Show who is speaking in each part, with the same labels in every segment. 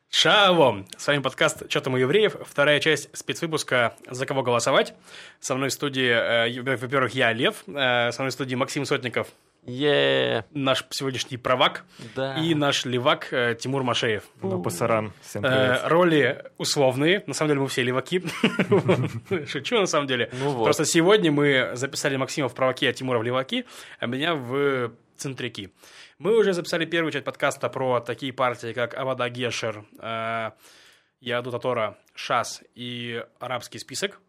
Speaker 1: Шалом! С вами подкаст «Чё там у евреев?», вторая часть спецвыпуска «За кого голосовать?». Со мной в студии, во-первых, я, Лев, со мной в студии Максим Сотников, наш сегодняшний правак, и наш левак Тимур Машеев.
Speaker 2: Пасаран, всем привет.
Speaker 1: Роли условные, на самом деле мы все леваки. Шучу, на самом деле. Просто сегодня мы записали Максима в праваке, а Тимура в леваки, а меня в центряки. Мы уже записали первую часть подкаста про такие партии, как Авода Гешер, Яадут ха-Тора, ШАС и Арабский список.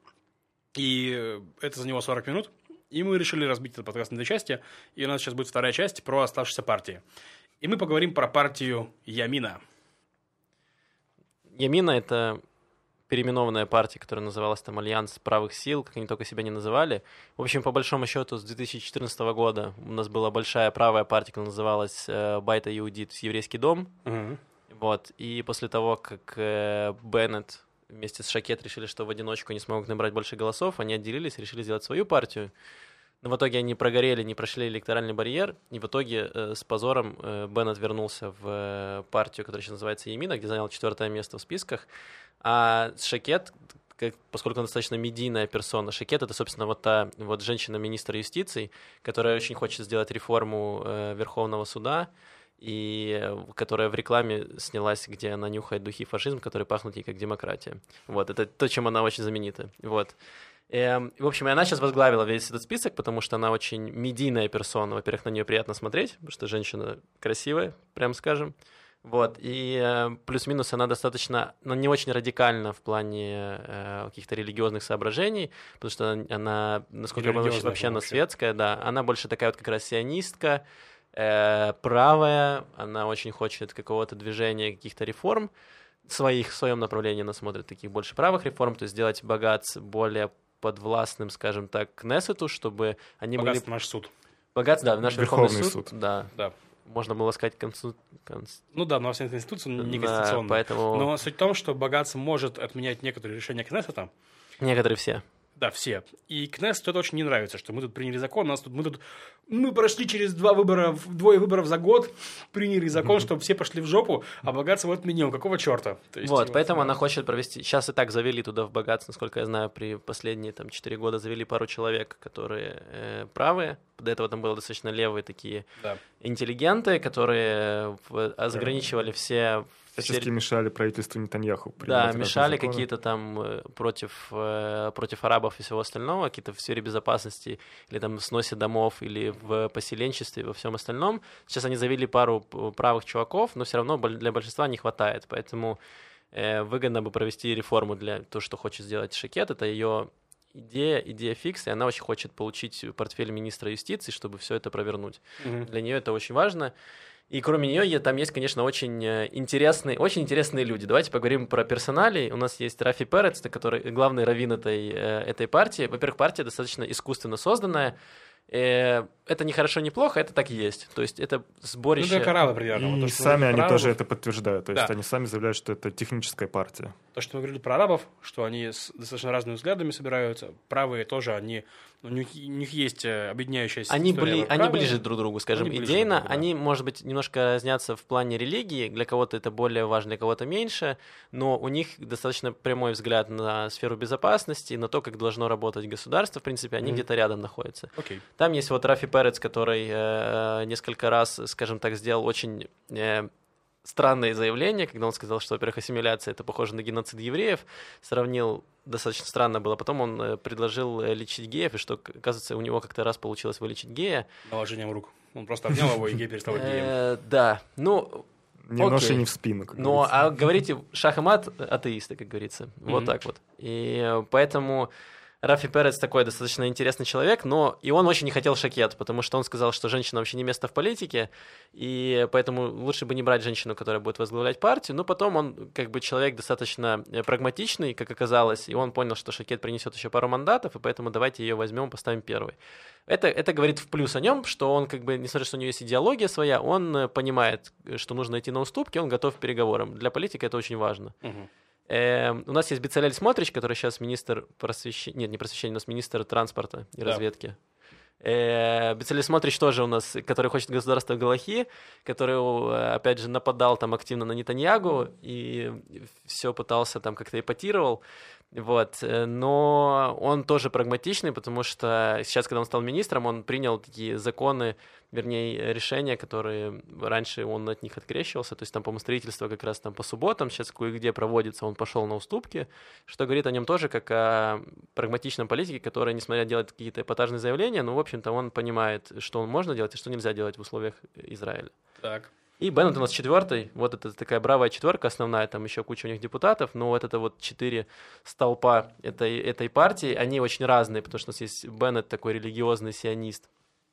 Speaker 1: И это заняло 40 минут. И мы решили разбить этот подкаст на две части. И у нас сейчас будет вторая часть про оставшиеся партии. И мы поговорим про партию Ямина.
Speaker 3: Ямина — это переименованная партия, которая называлась там Альянс правых сил, как они только себя не называли. В общем, по большому счету, с 2014 года у нас была большая правая партия, которая называлась Байта Иудит, еврейский дом. Вот. И после того, как Беннет вместе с Шакет решили, что в одиночку они смогут набрать больше голосов, они отделились, решили сделать свою партию. Но в итоге они прогорели, не прошли электоральный барьер, и в итоге с позором Беннет вернулся в партию, которая сейчас называется Ямина, где занял 4-е место в списках. А Шакет, поскольку он достаточно медийная персона, Шакет — это, собственно, вот та вот женщина-министр юстиции, которая очень хочет сделать реформу Верховного суда, и которая в рекламе снялась, где она нюхает духи фашизм, которые пахнут ей как демократия. Вот, это то, чем она очень знаменита. Вот. В общем, и она сейчас возглавила весь этот список, потому что она очень медийная персона. Во-первых, на нее приятно смотреть, потому что женщина красивая, прям скажем. Вот, и плюс-минус она достаточно, но не очень радикальна в плане каких-то религиозных соображений, потому что она, насколько я понимаю, вообще она светская, да, она больше такая вот как раз сионистка, правая, она очень хочет какого-то движения, каких-то реформ в своем направлении, она смотрит таких больше правых реформ, то есть сделать Багац более подвластным, скажем так, Кнессету, чтобы они
Speaker 1: Багац
Speaker 3: могли...
Speaker 1: наш суд.
Speaker 3: Багац, да, наш Верховный суд.
Speaker 1: Да.
Speaker 3: Можно было сказать
Speaker 1: Ну да, но вся Конституция не конституционная.
Speaker 3: Поэтому...
Speaker 1: Но суть в том, что Багац может отменять некоторые решения Кнессета.
Speaker 3: Некоторые все.
Speaker 1: Да, все. И Кнессету это очень не нравится, что мы тут приняли закон, мы прошли через двое выборов за год, приняли закон, чтобы все пошли в жопу, а Багац его отменил. Какого черта?
Speaker 3: Вот, поэтому она хочет провести... Сейчас и так завели туда в Багац, насколько я знаю, при последние 4 года завели пару человек, которые правые. До этого там было достаточно левые такие интеллигенты, которые ограничивали все...
Speaker 2: Всячески мешали правительству Нетаньяху.
Speaker 3: Да, мешали какие-то там против арабов и всего остального, какие-то в сфере безопасности, или там в сносе домов, или в поселенчестве, во всем остальном. Сейчас они завели пару правых чуваков, но все равно для большинства не хватает, поэтому выгодно бы провести реформу для того, что хочет сделать Шакет. Это ее идея фикс, и она очень хочет получить портфель министра юстиции, чтобы все это провернуть. Для нее это очень важно. И кроме нее там есть, конечно, очень интересные люди. Давайте поговорим про персоналей. У нас есть Рафи Перец, который главный раввин этой партии. Во-первых, партия достаточно искусственно созданная. Это не хорошо, не плохо, это так и есть. То есть это сборище...
Speaker 1: Ну, это арабы примерно.
Speaker 2: И сами они тоже это подтверждают. То есть они сами заявляют, что это техническая партия.
Speaker 1: То, что мы говорили про арабов, что они с достаточно разными взглядами собираются. Правые тоже, у них есть объединяющая
Speaker 3: они ближе друг к другу, скажем, идейно. Они, может быть, немножко разнятся в плане религии. Для кого-то это более важно, для кого-то меньше. Но у них достаточно прямой взгляд на сферу безопасности, на то, как должно работать государство. В принципе, они где-то рядом находятся. Там есть вот Рафи Перец, который несколько раз, скажем так, сделал очень странные заявления, когда он сказал, что, во-первых, ассимиляция — это похоже на геноцид евреев, сравнил, достаточно странно было. Потом он предложил лечить геев, и что, оказывается, у него как-то раз получилось вылечить гея.
Speaker 1: Наложением рук. Он просто обнял его, и гей перестал быть геем.
Speaker 3: Да, ну...
Speaker 2: Не в нож и не в спину, как говорится.
Speaker 3: А говорите, шах и мат — атеисты, как говорится. Вот так вот. И поэтому... Рафи Перец такой достаточно интересный человек, но и он очень не хотел Шакет, потому что он сказал, что женщина вообще не место в политике, и поэтому лучше бы не брать женщину, которая будет возглавлять партию. Но потом он как бы человек достаточно прагматичный, как оказалось, и он понял, что Шакет принесет еще пару мандатов, и поэтому давайте ее возьмем, поставим первой. Это говорит в плюс о нем, что он как бы, несмотря что у него есть идеология своя, он понимает, что нужно идти на уступки, он готов к переговорам. Для политика это очень важно. У нас есть Бецалель Смотрич, который сейчас министр просвещения, нет, не просвещения, у нас министр транспорта и разведки. Бецалель Смотрич тоже у нас, который хочет государства Галахи, который, опять же, нападал там активно на Нетаньягу и все пытался там как-то эпатировал. Вот. Но он тоже прагматичный, потому что сейчас, когда он стал министром, он принял такие законы, вернее, решения, которые раньше он от них открещивался. То есть там, по-моему, строительство как раз там по субботам сейчас кое-где проводится, он пошел на уступки, что говорит о нем тоже как о прагматичном политике, который, несмотря на делать какие-то эпатажные заявления, ну, в общем-то, он понимает, что можно делать и что нельзя делать в условиях Израиля.
Speaker 1: Так.
Speaker 3: И Беннет у нас 4-й, вот это такая бравая 4-ка основная, там еще куча у них депутатов, но вот это вот 4 столпа этой партии, они очень разные, потому что у нас есть Беннет, такой религиозный сионист,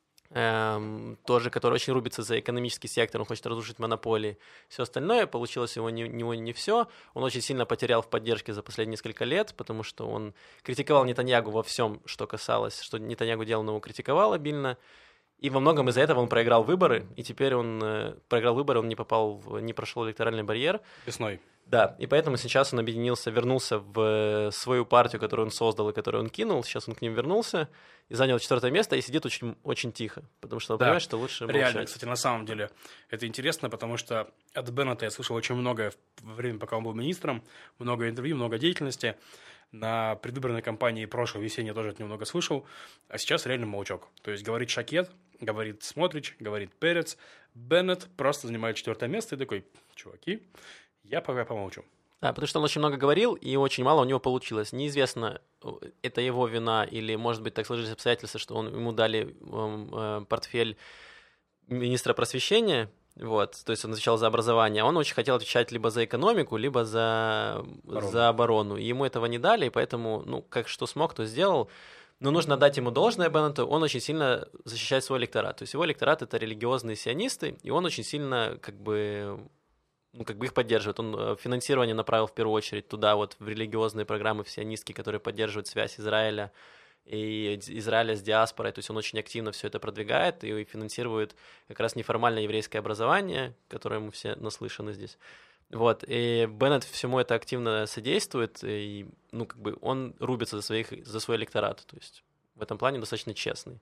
Speaker 3: тоже, который очень рубится за экономический сектор, он хочет разрушить монополии. Все остальное получилось у него не все. Он очень сильно потерял в поддержке за последние несколько лет, потому что он критиковал Нетаньягу во всем, что касалось, что Нетаньягу делал, но его критиковал обильно. И во многом из-за этого он проиграл выборы, и теперь он проиграл выборы, он не прошел электоральный барьер.
Speaker 1: Весной.
Speaker 3: Да, и поэтому сейчас он объединился, вернулся в свою партию, которую он создал и которую он кинул. Сейчас он к ним вернулся и занял 4-е место и сидит очень, очень тихо, потому что он понимает, что лучше молчать.
Speaker 1: Реально, кстати, на самом деле это интересно, потому что от Беннета я слышал очень многое во время, пока он был министром, много интервью, много деятельности. На предвыборной кампании прошлого весеннего тоже от него много слышал, а сейчас реально молчок. То есть говорит Шакед, говорит Смотрич, говорит Перец, Беннет просто занимает 4-е место и такой: чуваки, я пока помолчу.
Speaker 3: Да, потому что он очень много говорил, и очень мало у него получилось. Неизвестно, это его вина, или, может быть, так сложились обстоятельства, что ему дали портфель министра просвещения, вот, то есть он отвечал за образование. Он очень хотел отвечать либо за экономику, либо за оборону. И ему этого не дали, и поэтому, ну, как что смог, то сделал. Но нужно дать ему должное Беннету, он очень сильно защищает свой электорат. То есть его электорат — это религиозные сионисты, и он очень сильно как бы их поддерживает. Он финансирование направил в первую очередь туда, вот в религиозные программы сионистские, которые поддерживают связь Израиля и Израиля с диаспорой. То есть он очень активно все это продвигает и финансирует как раз неформальное еврейское образование, которому все наслышаны здесь. Вот, и Беннет всему это активно содействует, и, ну, как бы он рубится за свой электорат. То есть в этом плане достаточно честный.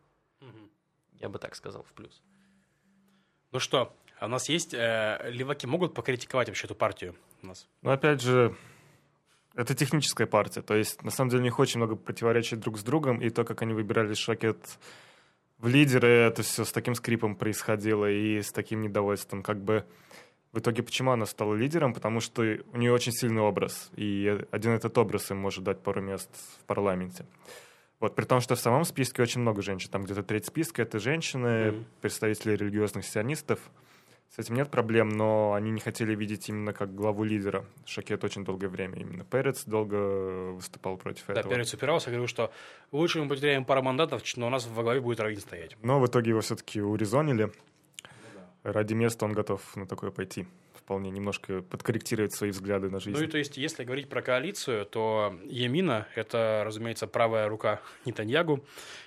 Speaker 3: Я бы так сказал, в плюс.
Speaker 1: Ну что, а у нас есть... леваки могут покритиковать вообще эту партию у нас?
Speaker 2: Ну, опять же, это техническая партия. То есть, на самом деле, у них очень много противоречий друг с другом. И то, как они выбирали Шакед в лидеры, это все с таким скрипом происходило и с таким недовольством. Как бы в итоге почему она стала лидером? Потому что у нее очень сильный образ. И один этот образ им может дать пару мест в парламенте. Вот, при том, что в самом списке очень много женщин. Там где-то треть списка — это женщины, представители религиозных сионистов. С этим нет проблем, но они не хотели видеть именно как главу лидера Шакед очень долгое время. Именно Перец долго выступал против этого.
Speaker 1: Да, Перец упирался, говорил, что лучше мы потеряем пару мандатов, но у нас во главе будет Равин стоять.
Speaker 2: Но в итоге его все-таки урезонили. Ради места он готов на такое пойти. Вполне немножко подкорректировать свои взгляды на жизнь.
Speaker 1: Ну и то есть, если говорить про коалицию, то Ямина — это, разумеется, правая рука Нетаньягу.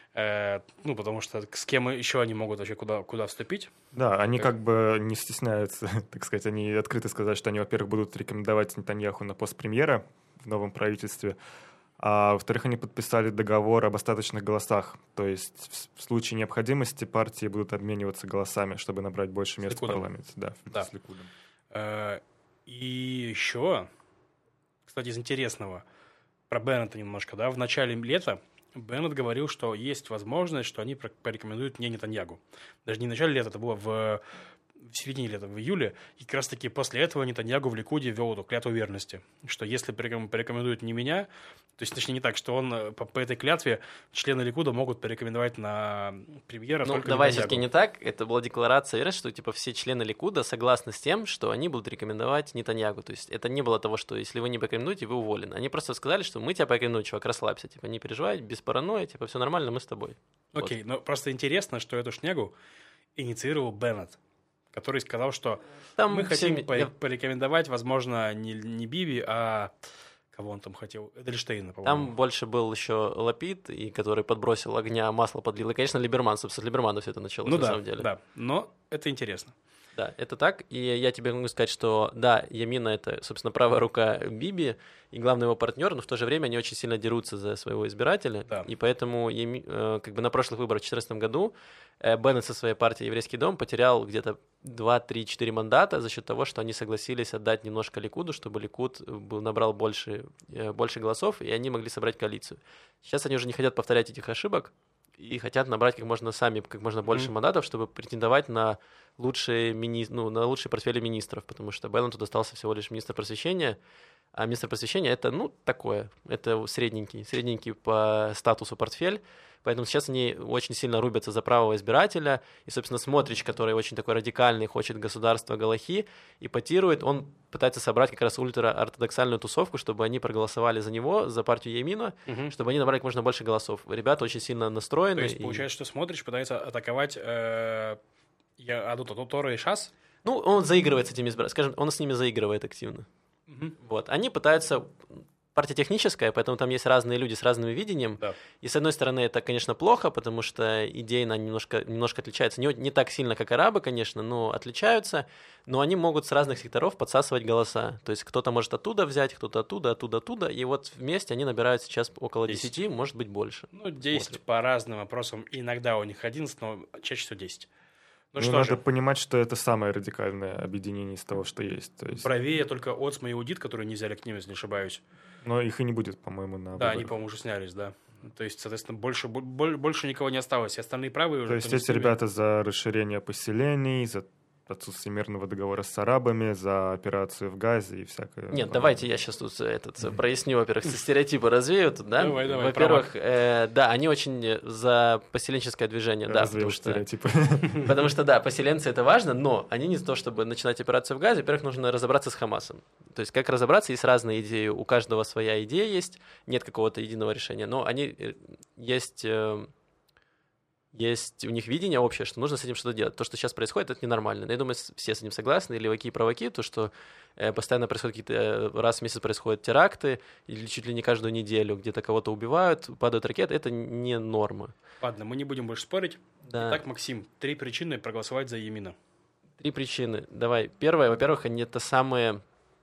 Speaker 1: Ну, потому что с кем еще они могут вообще куда вступить?
Speaker 2: Да, они как бы не стесняются, так сказать, они открыто сказать, что они, во-первых, будут рекомендовать Нетаньяху на пост премьера в новом правительстве, а во-вторых, они подписали договор об остаточных голосах, то есть в случае необходимости партии будут обмениваться голосами, чтобы набрать больше мест в парламенте. Да. С Ликудом.
Speaker 1: И еще, кстати, из интересного, про Беннета немножко, да, в начале лета Беннет говорил, что есть возможность, что они порекомендуют не Нетаньягу. Даже не в начале лета, это было в середине лета, в июле. И как раз-таки после этого Нетаньягу в Ликуде ввел эту клятву верности. Что если порекомендуют не меня, то есть, точнее, не так, что он по этой клятве члены Ликуда могут порекомендовать на премьера только Нетаньягу.
Speaker 3: Давай все-таки не так. Это была декларация верности, что типа все члены Ликуда согласны с тем, что они будут рекомендовать Нетаньягу. То есть это не было того, что если вы не порекомендуете, вы уволены. Они просто сказали, что мы тебя порекомендуем, чувак, расслабься. Типа не переживай, без паранойи, типа все нормально, мы с тобой.
Speaker 1: Окей, но просто интересно, что эту шнягу инициировал Беннет, который сказал, что там мы хотим порекомендовать, возможно, не Биби, а кого он там хотел? Эдельштейна, по-моему.
Speaker 3: Там больше был еще Лапид, и который подбросил огня, масло подлил. И, конечно, Либерман, собственно, с Либермана все это началось, на самом деле.
Speaker 1: Да, но это интересно.
Speaker 3: Да, это так, и я тебе могу сказать, что да, Ямина — это, собственно, правая рука Биби и главный его партнер, но в то же время они очень сильно дерутся за своего избирателя,
Speaker 1: Да.
Speaker 3: и поэтому как бы на прошлых выборах в 2014 году Беннет со своей партией «Еврейский дом» потерял где-то 2, 3, 4 мандата за счет того, что они согласились отдать немножко Ликуду, чтобы Ликуд набрал больше голосов, и они могли собрать коалицию. Сейчас они уже не хотят повторять этих ошибок, и хотят набрать как можно больше мандатов, чтобы претендовать на лучшие портфели министров, потому что Беннету достался всего лишь министр просвещения, а министр просвещения — это, такое, это средненький по статусу портфель, поэтому сейчас они очень сильно рубятся за правого избирателя, и, собственно, Смотрич, который очень такой радикальный, хочет государства галахи, ипотирует, он пытается собрать как раз ультраортодоксальную тусовку, чтобы они проголосовали за него, за партию Ямина, чтобы они набрали как можно больше голосов. Ребята очень сильно настроены.
Speaker 1: То есть, получается, что Смотрич пытается атаковать Тору и Шас?
Speaker 3: Он заигрывает с этими избирателями, скажем, он с ними заигрывает активно. Вот. Они пытаются... Партия техническая, поэтому там есть разные люди с разным видением.
Speaker 1: Да.
Speaker 3: И, с одной стороны, это, конечно, плохо, потому что идейно они немножко отличаются. Не так сильно, как арабы, конечно, но отличаются. Но они могут с разных секторов подсасывать голоса. То есть кто-то может оттуда взять, кто-то оттуда. И вот вместе они набирают сейчас около 10, может быть, больше.
Speaker 1: 10 по разным вопросам. Иногда у них 11, но чаще всего 10.
Speaker 2: Надо понимать, что это самое радикальное объединение из того, что есть. То есть...
Speaker 1: Правее только Оцма и Иудит, которые не взяли к ним, если не ошибаюсь.
Speaker 2: Но их и не будет, по-моему, на выборах.
Speaker 1: Они, по-моему, уже снялись, да. То есть, соответственно, больше никого не осталось. И остальные правые уже...
Speaker 2: То есть эти ребята за расширение поселений, за отсутствие мирного договора с арабами, за операцию в Газе и всякое.
Speaker 3: Нет, давайте я сейчас тут проясню, во-первых, стереотипы развею тут, да?
Speaker 1: Давай,
Speaker 3: во-первых, да, они очень за поселенческое движение, да,
Speaker 2: развеял стереотипы.
Speaker 3: Потому что, да, поселенцы — это важно, но они не за то, чтобы начинать операцию в Газе, во-первых, нужно разобраться с Хамасом. То есть как разобраться, есть разные идеи, у каждого своя идея есть, нет какого-то единого решения, но они есть у них видение общее, что нужно с этим что-то делать. То, что сейчас происходит, это ненормально. Я думаю, все с этим согласны, и леваки, и праваки, то, что постоянно происходят какие-то, раз в месяц происходят теракты, или чуть ли не каждую неделю где-то кого-то убивают, падают ракеты, это не норма.
Speaker 1: Ладно, мы не будем больше спорить.
Speaker 3: Да.
Speaker 1: Итак, Максим, 3 причины проголосовать за Ямина.
Speaker 3: 3 причины. Давай. Первое, во-первых, они это самые...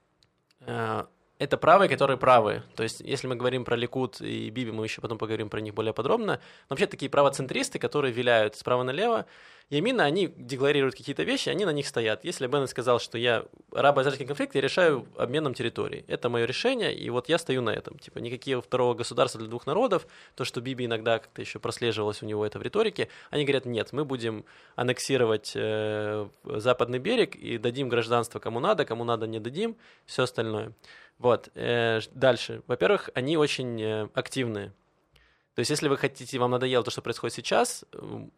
Speaker 3: Это правые, которые правые. То есть, если мы говорим про Ликуд и Биби, мы еще потом поговорим про них более подробно. Но вообще такие правоцентристы, которые виляют справа налево. Ямина, они декларируют какие-то вещи, они на них стоят. Если Беннет сказал, что я арабо-израильский конфликт, я решаю обменом территорий. Это мое решение, и вот я стою на этом. Типа никакие второго государства для двух народов. То, что Биби иногда как-то еще прослеживалось у него это в риторике. Они говорят, нет, мы будем аннексировать западный берег и дадим гражданство кому надо, не дадим, все остальное. Вот, дальше. Во-первых, они очень активные. То есть, если вы хотите, вам надоело то, что происходит сейчас,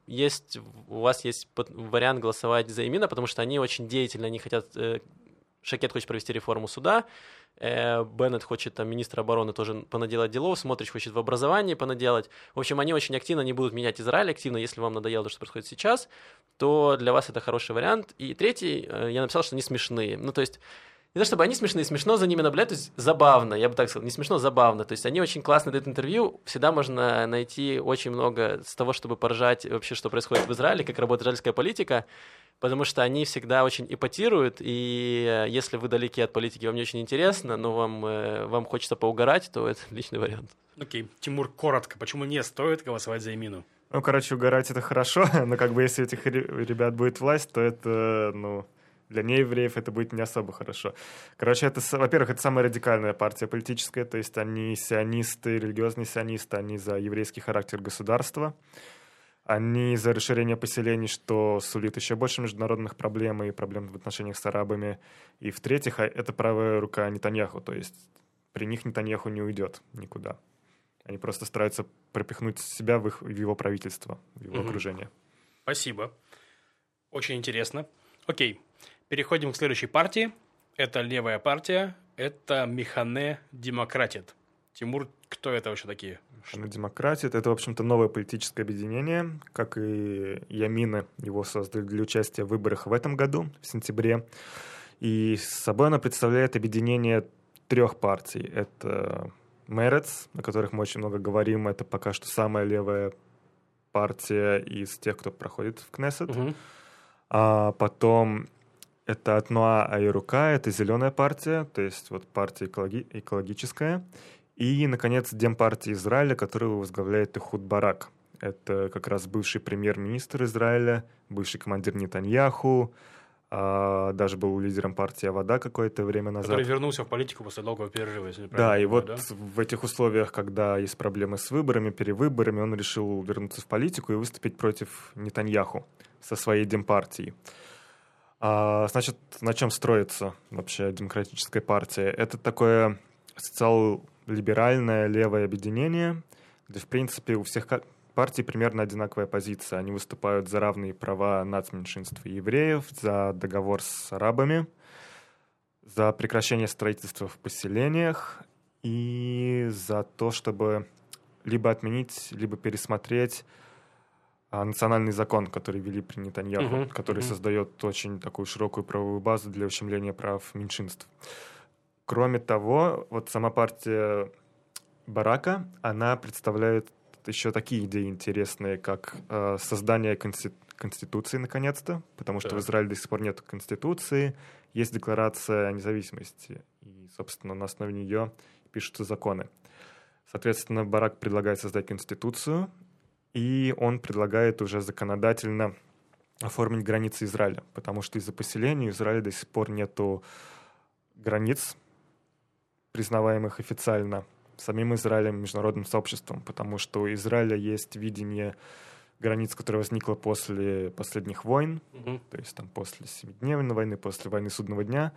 Speaker 3: у вас есть вариант голосовать за Ямина, потому что они очень деятельны, они хотят... Шакет хочет провести реформу суда, Беннет хочет, там, министр обороны тоже понаделать делов, Смотрич хочет в образовании понаделать. В общем, они очень активно, они будут менять Израиль активно. Если вам надоело то, что происходит сейчас, то для вас это хороший вариант. И третий, я написал, что они смешные. Ну, то есть... Не то чтобы они смешные, смешно за ними наблюдать, то есть забавно, я бы так сказал, не смешно, забавно. То есть они очень классно дают интервью, всегда можно найти очень много с того, чтобы поржать вообще, что происходит в Израиле, как работает израильская политика, потому что они всегда очень эпатируют, и если вы далеки от политики, вам не очень интересно, но вам хочется поугарать, то это отличный вариант.
Speaker 1: Окей. Тимур, коротко, почему не стоит голосовать за Ямину?
Speaker 2: Угорать это хорошо, но если у этих ребят будет власть, то это, для неевреев это будет не особо хорошо. Во-первых, это самая радикальная партия политическая, то есть они сионисты, религиозные сионисты, они за еврейский характер государства, они за расширение поселений, что сулит еще больше международных проблем и проблем в отношениях с арабами. И в-третьих, это правая рука Нетаньяху, то есть при них Нетаньяху не уйдет никуда. Они просто стараются пропихнуть себя в его правительство, в его окружение.
Speaker 1: Спасибо. Очень интересно. Окей. Переходим к следующей партии. Это левая партия. Это Механе Демократит. Тимур, кто это вообще такие?
Speaker 2: Механе Демократит — это, в общем-то, новое политическое объединение. Как и Ямина, его создали для участия в выборах в этом году, в сентябре. И собой оно представляет объединение 3 партий. Это Мерец, о которых мы очень много говорим. Это пока что самая левая партия из тех, кто проходит в Кнессет. А потом Это Атнуа Айрука, это зеленая партия, то есть вот партия экологическая. И, наконец, Демпартия Израиля, которую возглавляет Эхуд Барак. Это как раз бывший премьер-министр Израиля, бывший командир Нетаньяху, даже был лидером партии Авода какое-то время назад.
Speaker 1: Который вернулся в политику после долгого перерыва, если не
Speaker 2: Да, и
Speaker 1: понимаю,
Speaker 2: вот
Speaker 1: да?
Speaker 2: в этих условиях, когда есть проблемы с выборами, перевыборами, он решил вернуться в политику и выступить против Нетаньяху со своей Демпартией. Значит, на чем строится вообще демократическая партия? Это такое социал-либеральное левое объединение, где, в принципе, у всех партий примерно одинаковая позиция. Они выступают за равные права нацменьшинств и евреев, за договор с арабами, за прекращение строительства в поселениях и за то, чтобы либо отменить, либо пересмотреть национальный закон, который ввели при Нетаньяху, который создает очень такую широкую правовую базу для ущемления прав меньшинств. Кроме того, вот сама партия Барака, она представляет еще такие идеи интересные, как создание конституции, наконец-то, потому что в Израиле до сих пор нет конституции, есть декларация о независимости, и, собственно, на основе нее пишутся законы. Соответственно, Барак предлагает создать конституцию, и он предлагает уже законодательно оформить границы Израиля, потому что из-за поселений в Израиле до сих пор нету границ, признаваемых официально самим Израилем, международным сообществом, потому что у Израиля есть видение границ, которое возникло после последних войн, то есть там после Семидневной войны, после войны Судного дня,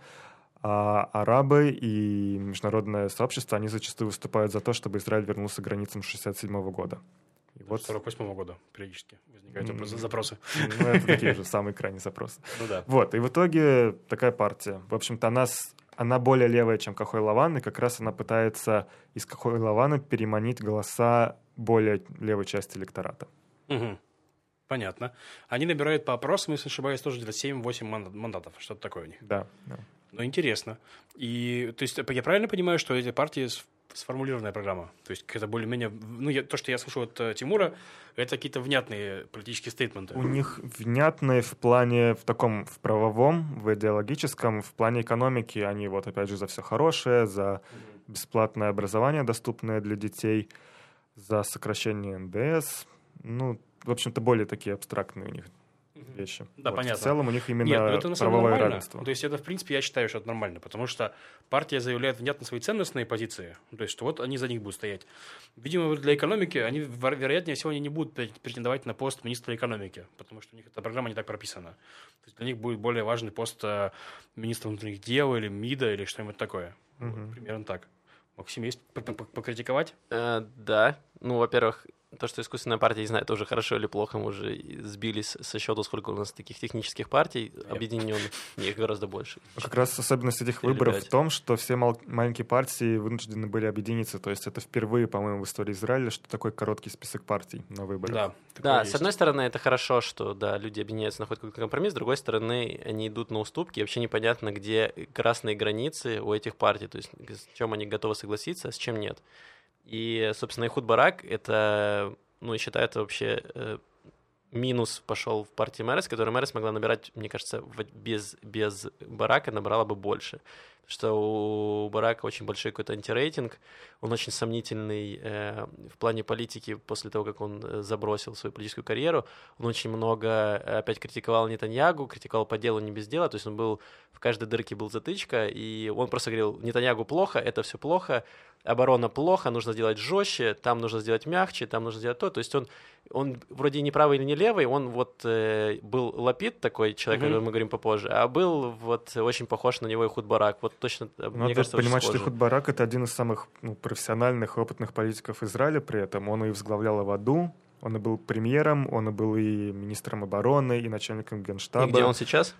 Speaker 2: а арабы и международное сообщество, они зачастую выступают за то, чтобы Израиль вернулся к границам 1967 года.
Speaker 1: И вот 1948 года периодически возникают запросы.
Speaker 2: Ну, это такие же самые крайние запросы.
Speaker 1: Ну да.
Speaker 2: Вот, и в итоге такая партия. В общем-то, она более левая, чем Кахой Лаван, и как раз она пытается из Кахой Лавана переманить голоса более левой части электората.
Speaker 1: Угу. Понятно. Они набирают по опросам, если не ошибаюсь, тоже где-то 7-8 мандатов. Что-то такое у них.
Speaker 2: Да.
Speaker 1: Ну, интересно. И, то есть, я правильно понимаю, что эти партии сформулированная программа? То есть, какая-то более-менее... Ну, то, что я слышу от Тимура, это какие-то внятные политические стейтменты.
Speaker 2: У них внятные в плане, в правовом, в идеологическом, в плане экономики. Они вот, опять же, за все хорошее, за бесплатное образование, доступное для детей, за сокращение НДС. Ну, в общем-то, более такие абстрактные у них вещи.
Speaker 1: Да,
Speaker 2: вот,
Speaker 1: понятно.
Speaker 2: В целом у них именно
Speaker 1: это на самом деле
Speaker 2: правовое
Speaker 1: нормально.
Speaker 2: равенство.
Speaker 1: То есть это, в принципе, я считаю, что это нормально, потому что партия заявляет внятно свои ценностные позиции, то есть что вот они за них будут стоять. Видимо, для экономики они, вероятнее всего, они не будут претендовать на пост министра экономики, потому что у них эта программа не так прописана. То есть для них будет более важный пост министра внутренних дел или МИДа или что-нибудь такое. Вот, примерно так. Максим, есть покритиковать?
Speaker 3: Да. Ну, во-первых, то, что искусственная партия, не знаю, это уже хорошо или плохо, мы уже сбились со счету, сколько у нас таких технических партий объединенных, их гораздо больше.
Speaker 2: Как раз особенность этих выборов в том, что все маленькие партии вынуждены были объединиться, то есть это впервые, по-моему, в истории Израиля, что такой короткий список партий на выборах.
Speaker 3: Да, с одной стороны, это хорошо, что да, люди объединяются, находят какой-то компромисс, с другой стороны, они идут на уступки, и вообще непонятно, где красные границы у этих партий, то есть с чем они готовы согласиться, а с чем нет. И, собственно, Эхуд Барак, это, ну, считается вообще минус пошел в партии Мерес, которую Мерес могла набирать, мне кажется, без Барака набрала бы больше. Что у Барака очень большой какой-то антирейтинг, он очень сомнительный в плане политики после того, как он забросил свою политическую карьеру. Он очень много опять критиковал Нетаньягу, критиковал по делу, не без дела, то есть он был, в каждой дырке был затычка, и он просто говорил, Нетаньягу плохо, это все плохо, оборона плохо, нужно сделать жестче, там нужно сделать мягче, там нужно сделать то. То есть он вроде не правый или не левый, он вот был Лапид такой человек, о котором мы говорим попозже, а был вот очень похож на него Эхуд Барак. Вот точно, мне кажется, очень
Speaker 2: понимать,
Speaker 3: схожи.
Speaker 2: что Эхуд Барак — это один из самых профессиональных, опытных политиков Израиля при этом. Он и возглавлял Аводу, он и был премьером, он и был и министром обороны, и начальником генштаба.
Speaker 3: И где он сейчас?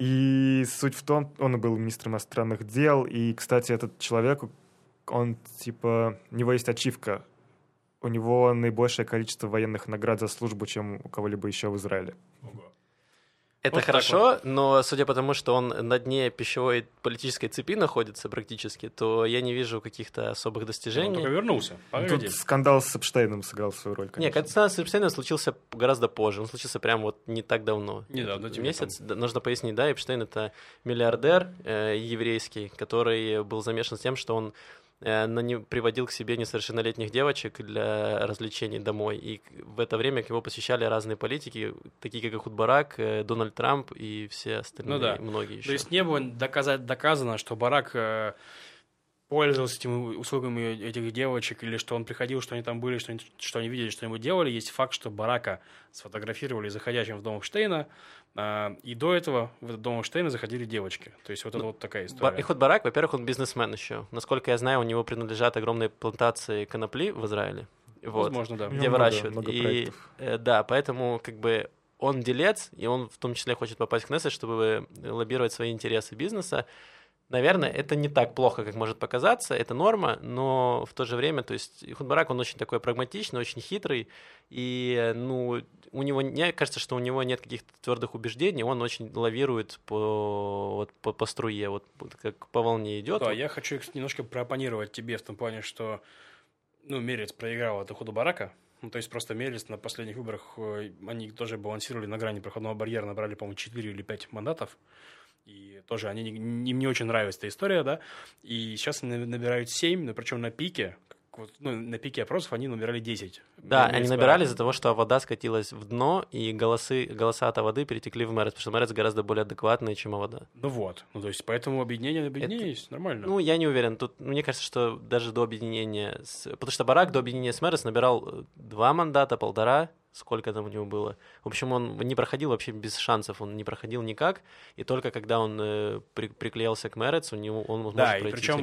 Speaker 2: И суть в том, он и был министром иностранных дел, и, кстати, этот человек, он, у него есть ачивка. У него наибольшее количество военных наград за службу, чем у кого-либо еще в Израиле.
Speaker 3: Это хорошо, но судя по тому, что он на дне пищевой политической цепи находится практически, то я не вижу каких-то особых достижений. Он
Speaker 1: только вернулся.
Speaker 2: Тут скандал с Эпштейном сыграл свою роль, конечно.
Speaker 3: Нет, скандал с Эпштейном случился гораздо позже. Он случился прям вот не так давно.
Speaker 1: Недавно.
Speaker 3: Месяц. Нужно пояснить, да, Эпштейн — это миллиардер еврейский, который был замешан с тем, что он приводил к себе несовершеннолетних девочек для развлечений домой. И в это время к его посещали разные политики, такие как Эхуд Барак, Дональд Трамп и все остальные, многие еще.
Speaker 1: То есть не было доказано, что Барак пользовался этими услугами этих девочек, или что он приходил, что они там были, что они видели, что-нибудь делали. Есть факт, что Барака сфотографировали заходящим в дом Эпштейна, и до этого в этот дом Эпштейна заходили девочки. То есть это вот такая история.
Speaker 3: Эхуд Барак, во-первых, он бизнесмен еще. Насколько я знаю, у него принадлежат огромные плантации конопли в Израиле.
Speaker 1: Возможно, да.
Speaker 3: Где выращивают. Да, поэтому как бы он делец, и он в том числе хочет попасть в Кнессет, чтобы лоббировать свои интересы бизнеса. Наверное, это не так плохо, как может показаться, это норма, но в то же время, то есть Эхуд Барак, он очень такой прагматичный, очень хитрый, и, у него, мне кажется, что у него нет каких-то твердых убеждений, он очень лавирует по струе, вот как по волне идет.
Speaker 1: Да, я хочу немножко проопонировать тебе в том плане, что, Мерец проиграл от Эхуда Барака. То есть просто Мерец на последних выборах, они тоже балансировали на грани проходного барьера, набрали, по-моему, 4 или 5 мандатов. И тоже им не очень нравится эта история, да. И сейчас они набирают 7, но причем на пике, на пике опросов они набирали 10.
Speaker 3: Да, они набирали из-за того, что вода скатилась в дно, и голоса от воды перетекли в Мерец, потому что Мерец гораздо более адекватный, чем вода.
Speaker 1: То есть поэтому объединение есть нормально.
Speaker 3: Я не уверен. Тут мне кажется, что даже до объединения... Потому что Барак до объединения с Мерец набирал 2 мандата, 1,5. Сколько там у него было. В общем, он не проходил вообще без шансов, он не проходил никак, и только когда он приклеился к Мерец, он может пройти.
Speaker 1: Да, и причем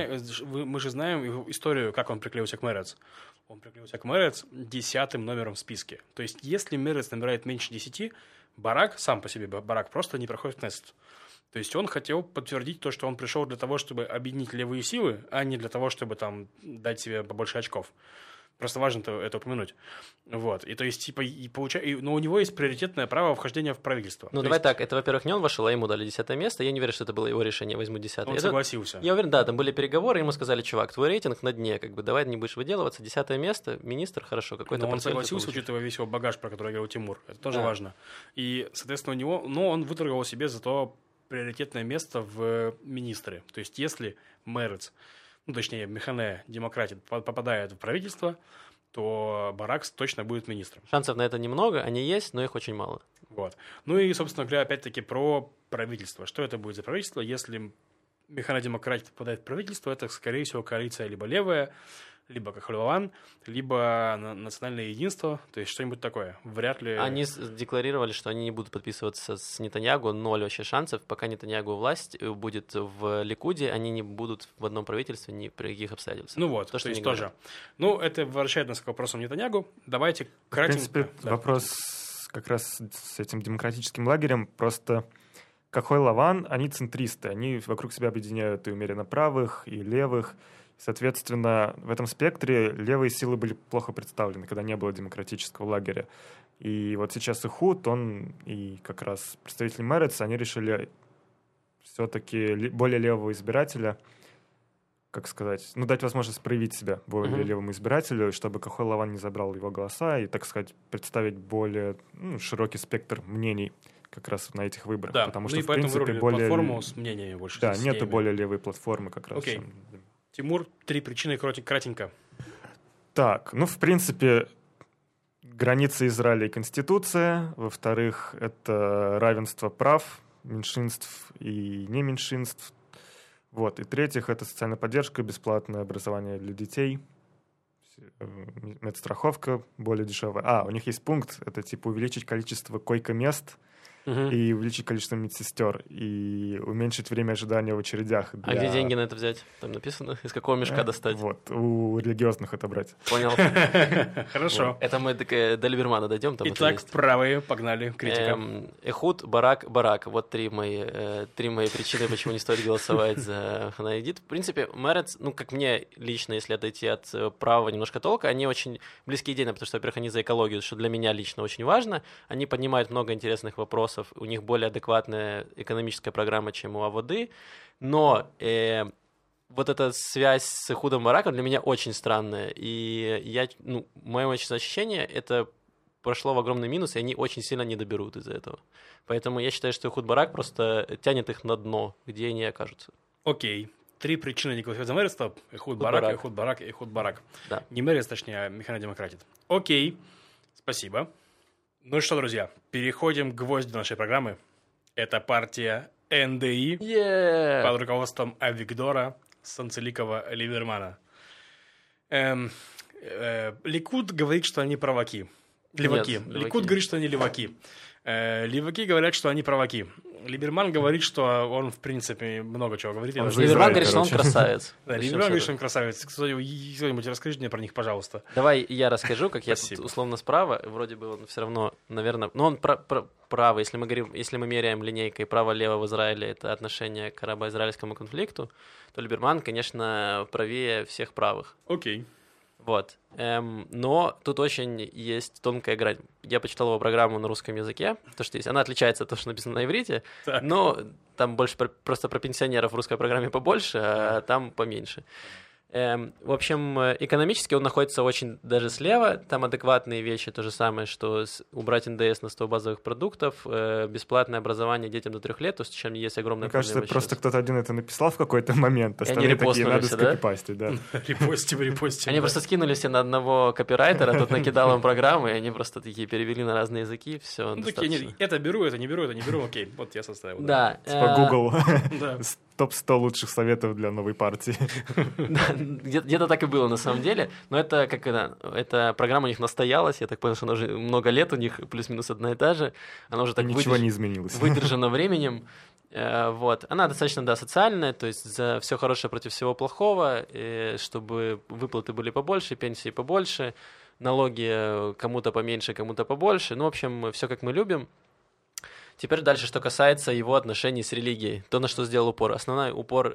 Speaker 1: мы же знаем его историю, как он приклеился к Мерец. Он приклеился к Мерец 10-м номером в списке. То есть, если Мерец набирает меньше 10, Барак, сам по себе Барак, просто не проходит в Кнессет. То есть, он хотел подтвердить то, что он пришел для того, чтобы объединить левые силы, а не для того, чтобы там дать себе побольше очков. Просто важно это упомянуть. Вот. И то есть, но у него есть приоритетное право вхождения в правительство.
Speaker 3: Давай так, это, во-первых, не он вошел, а ему дали 10-е место. Я не уверен, что это было его решение, возьму 10-е.
Speaker 1: Он согласился.
Speaker 3: Я уверен, да, там были переговоры, ему сказали, чувак, твой рейтинг на дне, давай не будешь выделываться, 10-е место, министр, хорошо, какой-то
Speaker 1: процент. Но он согласился, учитывая весь его багаж, про который говорил Тимур. Это тоже важно. И, соответственно, у него, он выторговал себе зато приоритетное место в министре. То есть, если Мерец, точнее, Механе, демократы, попадает в правительство, то Барак точно будет министром.
Speaker 3: Шансов на это немного, они есть, но их очень мало.
Speaker 1: Вот. И, собственно говоря, опять-таки про правительство. Что это будет за правительство? Если Механе демократ попадает в правительство, это, скорее всего, коалиция либо левая, либо Кахоль-Лаван, либо национальное единство, то есть что-нибудь такое. Вряд ли...
Speaker 3: Они декларировали, что они не будут подписываться с Нетаньягу, 0 вообще шансов. Пока Нетаньягу власть будет в Ликуде, они не будут в одном правительстве ни при каких обстоятельствах.
Speaker 1: То есть тоже. Это возвращает нас к вопросам Нетаньягу. Давайте кратенько...
Speaker 2: В принципе, вопрос как раз с этим демократическим лагерем. Просто Кахоль-Лаван, они центристы, они вокруг себя объединяют и умеренно правых, и левых. Соответственно, в этом спектре левые силы были плохо представлены, когда не было демократического лагеря. И вот сейчас Эхуд, он и как раз представители Мерец, они решили все-таки более левого избирателя, как сказать, дать возможность проявить себя более левому избирателю, чтобы Кахоль-Лаван не забрал его голоса и, так сказать, представить более широкий спектр мнений как раз на этих выборах.
Speaker 1: Да,
Speaker 2: потому что,
Speaker 1: в принципе, более... платформу с мнениями больше.
Speaker 2: Да, нету более левой платформы как раз.
Speaker 1: Окей. Тимур, 3 причины кратенько.
Speaker 2: Так, в принципе, границы Израиля и Конституция. Во-вторых, это равенство прав меньшинств и не меньшинств. И третьих, это социальная поддержка, бесплатное образование для детей, медстраховка более дешевая. У них есть пункт, это увеличить количество койко-мест и увеличить количество медсестер, и уменьшить время ожидания в очередях.
Speaker 3: А где деньги на это взять? Там написано, из какого мешка достать?
Speaker 2: У религиозных отобрать.
Speaker 3: Понял.
Speaker 1: Хорошо.
Speaker 3: Это мы до Либермана дойдем.
Speaker 1: Итак, правые, погнали, критика.
Speaker 3: Эхуд, Барак. Вот три мои причины, почему не стоит голосовать за Ханаидит. В принципе, Мерец, как мне лично, если отойти от правого немножко толка, они очень близкие идейно, потому что, во-первых, они за экологию, что для меня лично очень важно. Они поднимают много интересных вопросов ультрадоксов, у них более адекватная экономическая программа, чем у АВОДы, но вот эта связь с Эхудом Бараком для меня очень странная, и мое ощущение, это прошло в огромный минус, и они очень сильно не доберут из-за этого. Поэтому я считаю, что Эхуд Барак просто тянет их на дно, где они окажутся.
Speaker 1: Окей. 3 причины неколофизомеристов. Эхуд Барак, Эхуд Барак, Эхуд Барак.
Speaker 3: Да.
Speaker 1: Не Мерис, точнее, а механодемократит. Окей. Спасибо. Ну и что, друзья, переходим к гвоздю нашей программы. Это партия НДИ под руководством Авигдора Санцеликова-Либермана. Ликуд говорит, что они праваки. Леваки.
Speaker 3: Нет,
Speaker 1: Ликуд говорит, что они леваки. Леваки говорят, что они праваки. Либерман говорит, что он, в принципе, много чего говорит.
Speaker 3: Либерман говорит, что он красавец.
Speaker 1: Да, Либерман говорит, что он красавец. Кто-нибудь расскажите мне про них, пожалуйста.
Speaker 3: Давай я расскажу, как я тут условно справа. Вроде бы он все равно, наверное... Но он правый. Если мы меряем линейкой право-лево в Израиле, это отношение к арабо-израильскому конфликту, то Либерман, конечно, правее всех правых.
Speaker 1: Окей.
Speaker 3: Вот. Но тут очень есть тонкая грань. Я почитал его программу на русском языке, то, что есть. Она отличается от того, что написано на иврите,
Speaker 1: так.
Speaker 3: Но там больше просто про пенсионеров в русской программе побольше, а там поменьше. В общем, экономически он находится очень даже слева, там адекватные вещи, то же самое, что убрать НДС на 100 базовых продуктов, бесплатное образование детям до 3 лет, то, с чем есть огромная проблема.
Speaker 2: Мне кажется, просто кто-то один это написал в какой-то момент,
Speaker 3: остальные такие, надо
Speaker 2: скопипастить, да?
Speaker 1: Репостим.
Speaker 3: Они просто скинули все на одного копирайтера, тот накидал им программы, и они просто такие перевели на разные языки, все.
Speaker 1: Ну такие, это беру, это не беру, окей, вот я составил.
Speaker 3: Да.
Speaker 2: Типа Google. Топ-100 лучших советов для новой партии.
Speaker 3: Где-то так и было на самом деле, но это как эта программа у них настоялась, я так понял, что она уже много лет у них плюс-минус одна и та же, она уже так
Speaker 2: ничего не изменилось.
Speaker 3: Выдержана временем, вот, она достаточно, да, социальная, то есть за все хорошее против всего плохого, чтобы выплаты были побольше, пенсии побольше, налоги кому-то поменьше, кому-то побольше, ну, в общем, все как мы любим. Теперь дальше, что касается его отношений с религией, то, на что сделал упор. Основной упор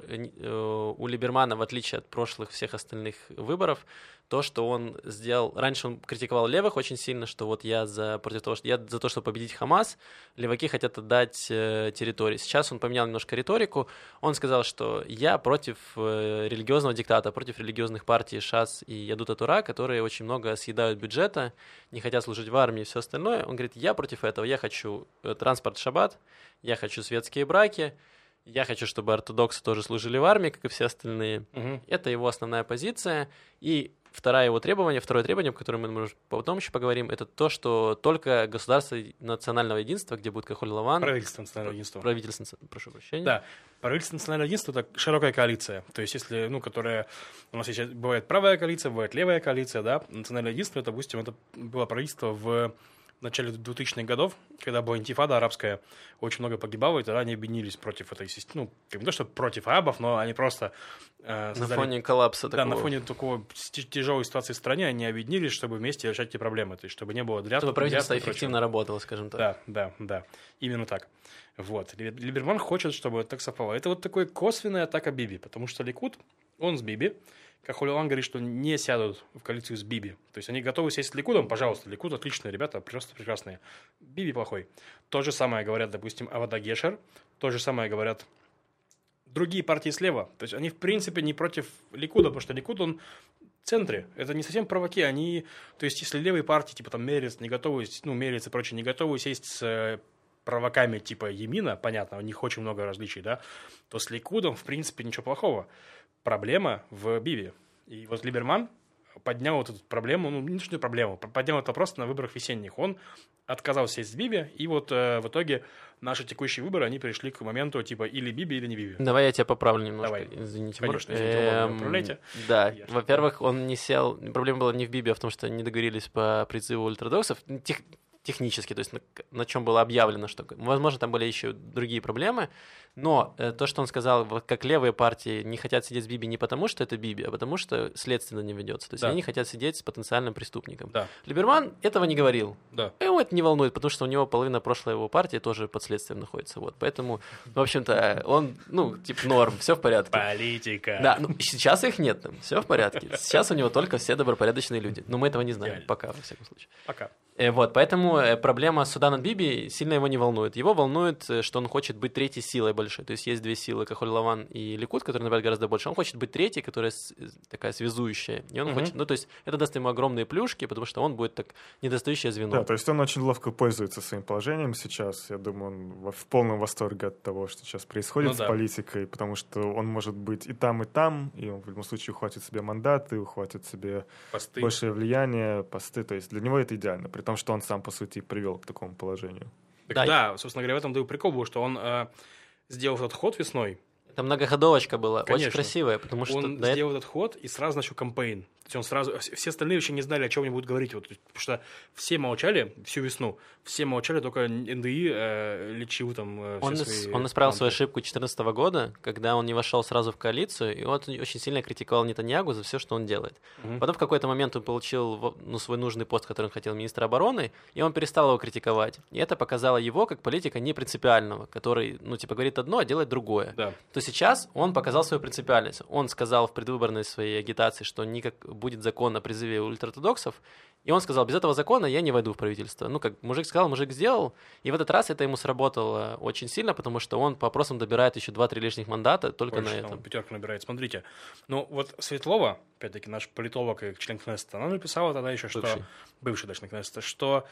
Speaker 3: у Либермана, в отличие от прошлых всех остальных выборов, то, что он сделал... Раньше он критиковал левых очень сильно, что вот я за то, чтобы победить Хамас, леваки хотят отдать территории. Сейчас он поменял немножко риторику. Он сказал, что я против религиозного диктата, против религиозных партий ШАС и Ядут а-Тора, которые очень много съедают бюджета, не хотят служить в армии и все остальное. Он говорит, я против этого, я хочу транспорт шаббат, я хочу светские браки, я хочу, чтобы ортодоксы тоже служили в армии, как и все остальные. Это его основная позиция. И второе требование, о котором мы, может, потом еще поговорим, это то, что только государство национального единства, где будет Кахоль Лаван...
Speaker 1: Правительство национального единства.
Speaker 3: Прошу прощения.
Speaker 1: Да, правительство национального единства — это широкая коалиция. То есть, если, которая... У нас сейчас бывает правая коалиция, бывает левая коалиция, да. Национальное единство, допустим, это было правительство в начале 2000-х годов, когда была интифада арабская, очень много погибало, и тогда они объединились против этой системы. Не то, что против арабов, но они просто...
Speaker 3: на фоне коллапса такого.
Speaker 1: Да, на фоне такой тяжелой ситуации в стране они объединились, чтобы вместе решать эти проблемы. То есть, чтобы не было дрязг.
Speaker 3: Чтобы правительство эффективно работало, скажем так.
Speaker 1: Да. Именно так. Вот. Либерман хочет, чтобы так совпало. Это вот такой косвенная атака Биби, потому что Ликуд, он с Биби. Кахоль Лаван говорит, что не сядут в коалицию с Биби. То есть они готовы сесть с Ликудом, пожалуйста. Ликуд отличные ребята, просто прекрасные. Биби плохой. То же самое говорят, допустим, Авода Гешер. То же самое говорят другие партии слева. То есть они, в принципе, не против Ликуда, потому что Ликуд, он в центре. Это не совсем праваки. Они, то есть если левые партии, типа там Мерец, не готовы, Мерец и прочее, не готовы сесть с праваками типа Емина, понятно, у них очень много различий, да, то с Ликудом, в принципе, ничего плохого. Проблема в Биби. И вот Либерман поднял вот эту проблему, не что проблему, поднял этот вопрос на выборах весенних. Он отказался сесть с Биби, и вот в итоге наши текущие выборы, они перешли к моменту типа или Биби, или не Биби.
Speaker 3: Давай я тебя поправлю немножко.
Speaker 1: Давай.
Speaker 3: Извините,
Speaker 1: конечно, управляйте.
Speaker 3: Да, во-первых, он не сел, проблема была не в Биби, а в том, что не договорились по призыву ультрадоксов. Технически, то есть на чем было объявлено, что, возможно, там были еще другие проблемы, Но то, что он сказал, вот как левые партии не хотят сидеть с Биби не потому, что это Биби, а потому что следствие не ведется. То есть они хотят сидеть с потенциальным преступником.
Speaker 1: Да.
Speaker 3: Либерман этого не говорил.
Speaker 1: Да.
Speaker 3: Его это не волнует, потому что у него половина прошлой его партии тоже под следствием находится. Вот. Поэтому, в общем-то, он, норм, все в порядке.
Speaker 1: Политика.
Speaker 3: Да, сейчас их нет там, все в порядке. Сейчас у него только все добропорядочные люди. Но мы этого не знаем пока, во всяком случае.
Speaker 1: Пока.
Speaker 3: Вот, поэтому проблема суда над Биби сильно его не волнует. Его волнует, что он хочет быть третьей силой большой. То есть две силы, Кахоль-Лаван и Ликуд, которые набирают гораздо больше. Он хочет быть третьей, которая такая связующая. И он хочет, то есть это даст ему огромные плюшки, потому что он будет так недостающее звено.
Speaker 2: Да, то есть он очень ловко пользуется своим положением сейчас. Я думаю, он в полном восторге от того, что сейчас происходит с политикой, потому что он может быть и там, и он в любом случае ухватит себе мандаты, ухватит себе
Speaker 1: посты.
Speaker 2: Большее влияние, посты. То есть для него это идеально, при том, что он сам, по сути, привел к такому положению.
Speaker 1: Да, собственно говоря, в этом прикол был, что он сделал этот ход весной.
Speaker 3: Это многоходовочка была,
Speaker 1: Конечно.
Speaker 3: Очень красивая, потому что...
Speaker 1: Он сделал этот ход и сразу начал кампейн. То есть он сразу... Все остальные вообще не знали, о чем они будут говорить. Вот, потому что все молчали всю весну. Все молчали, только НДИ лечил там
Speaker 3: Он исправил свою ошибку 2014 года, когда он не вошел сразу в коалицию, и он очень сильно критиковал Нетаньягу за все, что он делает. Потом в какой-то момент он получил свой нужный пост, который он хотел, министра обороны, и он перестал его критиковать. И это показало его как политика непринципиального, который, говорит одно, а делает другое.
Speaker 1: Да.
Speaker 3: То сейчас он показал свою принципиальность. Он сказал в предвыборной своей агитации, что будет закон о призыве ультраортодоксов, и он сказал, без этого закона я не войду в правительство. Как мужик сказал, мужик сделал, и в этот раз это ему сработало очень сильно, потому что он по опросам добирает еще 2-3 лишних мандата только
Speaker 1: больше,
Speaker 3: на этом.
Speaker 1: Пятерку набирает. Смотрите, вот Светлова, опять-таки наш политолог и член Кнессета, она написала тогда еще, что... Бывший член Кнессета, что,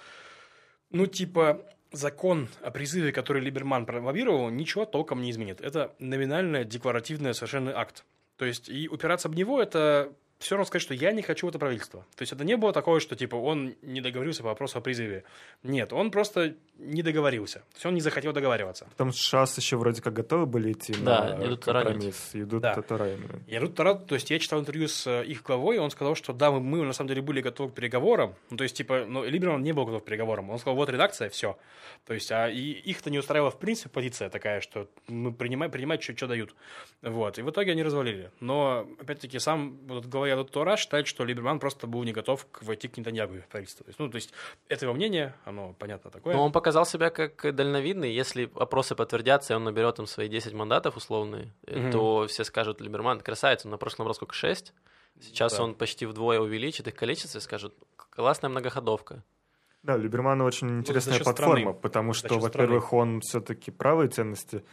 Speaker 1: закон о призыве, который Либерман пролоббировал, ничего толком не изменит. Это номинальный, декларативный совершенно акт. То есть, и упираться об него – это все равно сказать, что я не хочу в это правительство. То есть, это не было такое, что, он не договорился по вопросу о призыве. Нет, он просто не договорился. То есть, он не захотел договариваться.
Speaker 2: Потому что ШАС еще вроде как готовы были идти на компромисс. Идут
Speaker 1: то есть, я читал интервью с их главой, и он сказал, что да, мы на самом деле были готовы к переговорам. Либерман не был готов к переговорам. Он сказал, вот редакция, все. То есть, и их-то не устраивала в принципе позиция такая, что мы принимать, что дают. Вот. И в итоге они развалили. Но, опять-таки, сам глава Ядут Тора считает, что Либерман просто был не готов войти к Нетаньягу в правительство. То есть, это его мнение, оно, понятно, такое.
Speaker 3: Но он показал себя как дальновидный. Если опросы подтвердятся, и он наберет им свои 10 мандатов условные, то все скажут, Либерман красавец, он на прошлом раз сколько, 6? Сейчас он почти вдвое увеличит их количество и скажут, классная многоходовка.
Speaker 2: Да, Либермана очень интересная платформа, потому что, во-первых, он все-таки правые ценности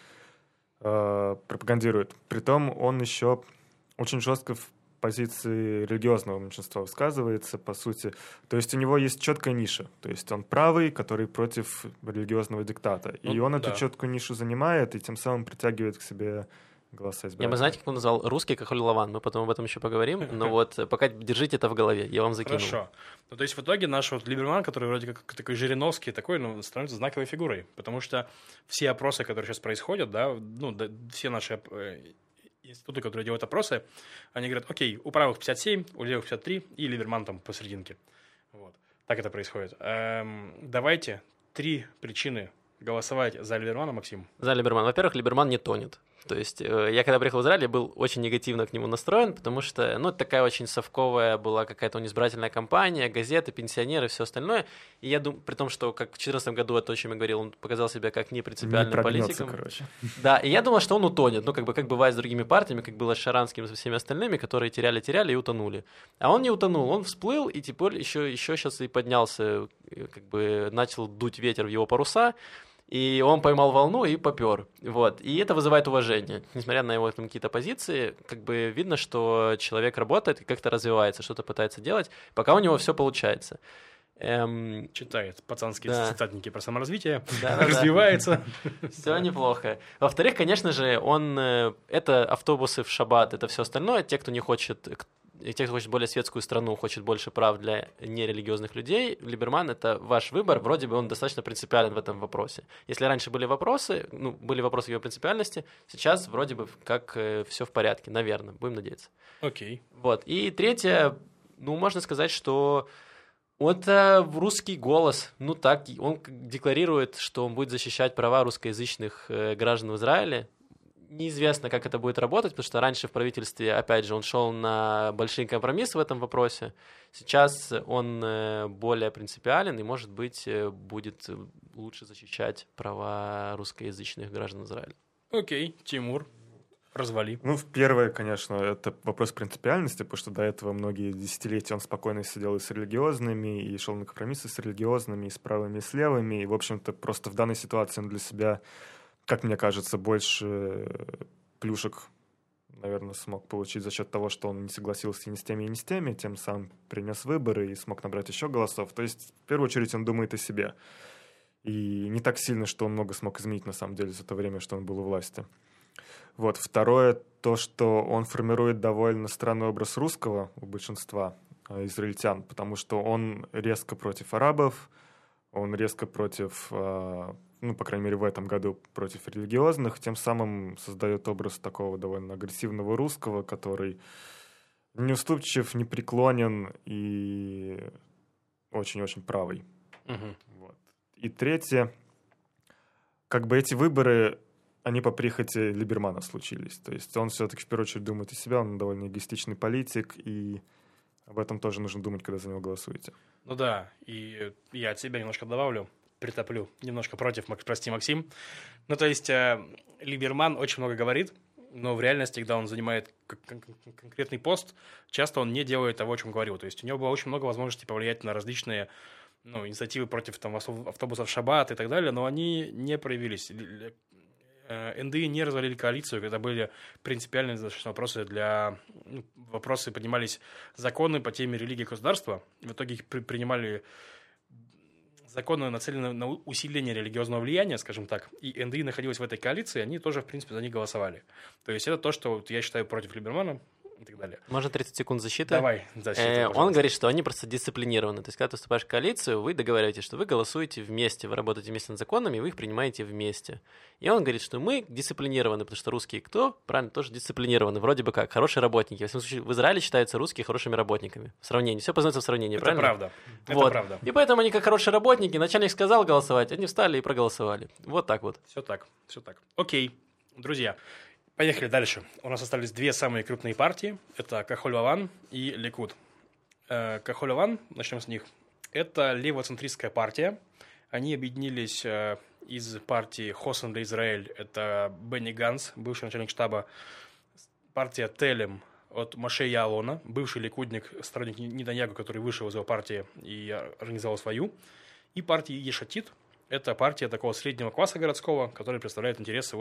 Speaker 2: пропагандирует. Притом он еще очень жестко в позиции религиозного меньшинства высказывается, по сути. То есть у него есть четкая ниша. То есть он правый, который против религиозного диктата. И он эту четкую нишу занимает, и тем самым притягивает к себе голоса избирателей.
Speaker 3: Я бы, знаете, как он назвал? Русский Кахоль-Лаван. Мы потом об этом еще поговорим. Но пока держите это в голове, я вам закину.
Speaker 1: Хорошо. То есть в итоге наш Либерман, который вроде как такой Жириновский, становится знаковой фигурой. Потому что все опросы, которые сейчас происходят, все наши институты, которые делают опросы, они говорят, окей, у правых 57, у левых 53, и Либерман там посерединке. Вот. Так это происходит. Давайте 3 причины голосовать за Либермана, Максим.
Speaker 3: За Либермана. Во-первых, Либерман не тонет. То есть я, когда приехал в Израиль, я был очень негативно к нему настроен, потому что, это такая очень совковая была какая-то избирательная кампания, газеты, пенсионеры, все остальное. И я думаю, при том, что, как в 2014 году, это, о чем я говорил, он показал себя как непринципиальным политиком. Да, и я думал, что он утонет, как бывает с другими партиями, как было с Шаранским и со всеми остальными, которые теряли и утонули. А он не утонул, он всплыл, и теперь еще сейчас и поднялся, начал дуть ветер в его паруса, и он поймал волну и попер. Вот. И это вызывает уважение. Несмотря на его какие-то позиции, видно, что человек работает и как-то развивается, что-то пытается делать, пока у него все получается.
Speaker 1: Читает пацанские цитатники про саморазвитие, развивается.
Speaker 3: Все неплохо. Во-вторых, конечно же, это автобусы в шаббат, это все остальное. Те, кто хочет более светскую страну, хочет больше прав для нерелигиозных людей, Либерман — это ваш выбор. Вроде бы он достаточно принципиален в этом вопросе. Если раньше были вопросы к его принципиальности, сейчас вроде бы как все в порядке, наверное, будем надеяться.
Speaker 1: Окей.
Speaker 3: Вот. И третье, можно сказать, что это русский голос. Он декларирует, что он будет защищать права русскоязычных граждан в Израиле. Неизвестно, как это будет работать, потому что раньше в правительстве, опять же, он шел на большие компромиссы в этом вопросе. Сейчас он более принципиален и, может быть, будет лучше защищать права русскоязычных граждан Израиля.
Speaker 1: Окей, Тимур, развали.
Speaker 2: Ну, первое, конечно, это вопрос принципиальности, потому что до этого многие десятилетия он спокойно сидел и с религиозными, и шел на компромиссы с религиозными, и с правыми, и с левыми, и, в общем-то, просто в данной ситуации он для себя, как мне кажется, больше плюшек, наверное, смог получить за счет того, что он не согласился ни с теми, и ни с теми, тем самым принес выборы и смог набрать еще голосов. То есть, в первую очередь, он думает о себе. И не так сильно, что он много смог изменить, на самом деле, за то время, что он был у власти. Вот. Второе, то, что он формирует довольно странный образ русского у большинства израильтян, потому что он резко против арабов, он резко против, ну, по крайней мере, в этом году против религиозных, тем самым создает образ такого довольно агрессивного русского, который неуступчив, непреклонен и очень-очень правый.
Speaker 1: Угу.
Speaker 2: Вот. И третье, как бы эти выборы, они по прихоти Либермана случились. То есть он все-таки в первую очередь думает о себе, он довольно эгоистичный политик, и об этом тоже нужно думать, когда за него голосуете.
Speaker 1: Ну да, и я от себя немножко добавлю, притоплю, немножко против, прости, Максим. Ну то есть Либерман очень много говорит, но в реальности, когда он занимает конкретный пост, часто он не делает того, о чем говорил. То есть у него было очень много возможностей повлиять на различные инициативы против там, автобусов Шаббат и так далее, но они не проявились. НДИ не развалили коалицию, когда были принципиальные достаточно вопросы вопросы поднимались законы по теме религии и государства. В итоге их принимали законы, нацеленные на усиление религиозного влияния, скажем так. И НДИ находилась в этой коалиции, они тоже, в принципе, за них голосовали. То есть это то, что я считаю против Либермана и так далее.
Speaker 3: Можно 30 секунд защиты?
Speaker 1: Давай, защита,
Speaker 3: он говорит, что они просто дисциплинированы. То есть, когда ты вступаешь в коалицию, вы договариваетесь, что вы голосуете вместе, вы работаете вместе над законами, и вы их принимаете вместе. И он говорит, что мы дисциплинированы, потому что русские кто? Правильно, тоже дисциплинированы. Вроде бы как, хорошие работники. В всяком случае, в Израиле считаются русские хорошими работниками. В сравнении. Все познается в сравнении,
Speaker 1: это
Speaker 3: правильно?
Speaker 1: Правда.
Speaker 3: Вот.
Speaker 1: Это правда.
Speaker 3: И поэтому они как хорошие работники, начальник сказал голосовать, они встали и проголосовали. Вот так вот.
Speaker 1: Все так. Окей, друзья. Поехали дальше. У нас остались две самые крупные партии. Это Кахоль-Лаван и Ликуд. Кахоль-Лаван, начнем с них. Это левоцентристская партия. Они объединились из партии Хосен для Израиль. Это Бенни Ганс, бывший начальник штаба. Партия Телем от Моше Яалона, бывший ликудник, сторонник Нетаньяху, который вышел из его партии и организовал свою. И партия Ешатит. Это партия такого среднего класса городского, который представляет интересы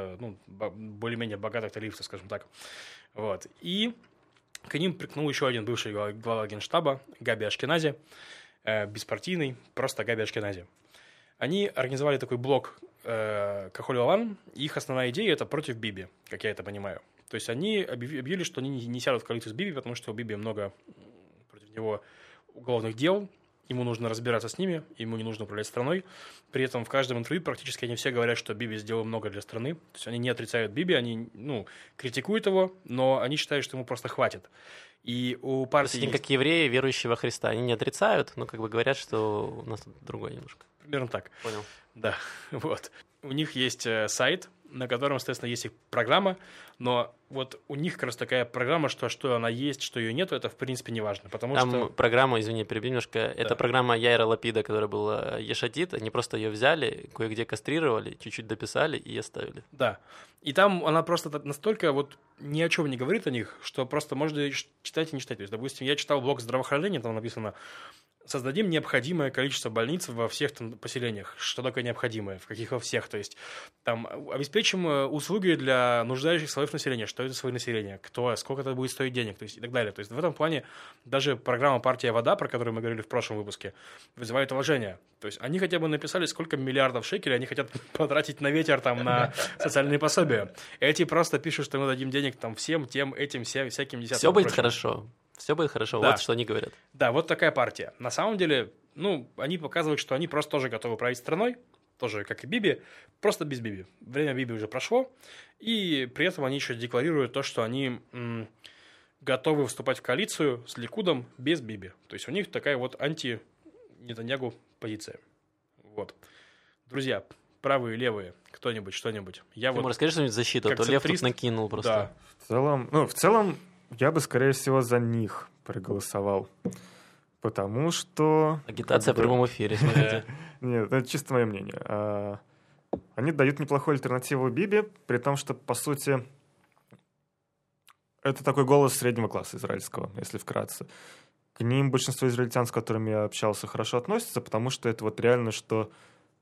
Speaker 1: более-менее богатых талибцев, скажем так. Вот. И к ним прикнул еще один бывший глава Генштаба, Габи Ашкенази, беспартийный, просто Габи Ашкенази. Они организовали такой блок Кахоль-Лаван, и их основная идея – это против Биби, как я это понимаю. То есть они объявили, что они не сядут в коалицию с Биби, потому что у Биби много против него уголовных дел, ему нужно разбираться с ними, ему не нужно управлять страной. При этом в каждом интервью практически они все говорят, что Биби сделал много для страны. То есть они не отрицают Биби, они критикуют его, но они считают, что ему просто хватит. И у партии...
Speaker 3: То есть, как евреи, верующие во Христа, они не отрицают, но как бы говорят, что у нас тут другое немножко.
Speaker 1: Примерно так.
Speaker 3: Понял.
Speaker 1: Да, вот. У них есть сайт, на котором, соответственно, есть их программа, но вот у них как раз такая программа, что она есть, что ее нету, это в принципе не важно, потому
Speaker 3: там
Speaker 1: что...
Speaker 3: программа, извини, перебью немножко, да. Это программа Яира Лапида, которая была Ешатит, они просто ее взяли, кое-где кастрировали, чуть-чуть дописали и оставили.
Speaker 1: Да, и там она просто настолько вот ни о чем не говорит о них, что просто можно читать и не читать. То есть, допустим, я читал блок здравоохранения, там написано: создадим необходимое количество больниц во всех там поселениях. Что такое необходимое? В каких во всех? То есть, там, обеспечим услуги для нуждающихся слоев населения. Что это слои населения? Кто? Сколько это будет стоить денег? То есть, и так далее. То есть, в этом плане даже программа «Партия Вода», про которую мы говорили в прошлом выпуске, вызывает уважение. То есть, они хотя бы написали, сколько миллиардов шекелей они хотят потратить на ветер, там, на социальные пособия. Эти просто пишут, что мы дадим денег там всем, тем, этим, всяким десяткам.
Speaker 3: Все будет хорошо. Все будет хорошо, да. Вот что они говорят.
Speaker 1: Да, вот такая партия. На самом деле, они показывают, что они просто тоже готовы править страной, тоже как и Биби, просто без Биби. Время Биби уже прошло, и при этом они еще декларируют то, что они готовы вступать в коалицию с Ликудом без Биби. То есть у них такая вот анти-Нетаньяху позиция. Вот. Друзья, правые, левые, кто-нибудь, что-нибудь. Я
Speaker 3: Тимур, расскажи что-нибудь в защиту, а то Лев тут накинул просто.
Speaker 1: Да.
Speaker 2: В целом, я бы, скорее всего, за них проголосовал. Потому что...
Speaker 3: Агитация в прямом эфире, смотрите.
Speaker 2: Нет, это чисто мое мнение. Они дают неплохую альтернативу Биби, при том, что, по сути, это такой голос среднего класса израильского, если вкратце. К ним большинство израильтян, с которыми я общался, хорошо относятся, потому что это вот реально, что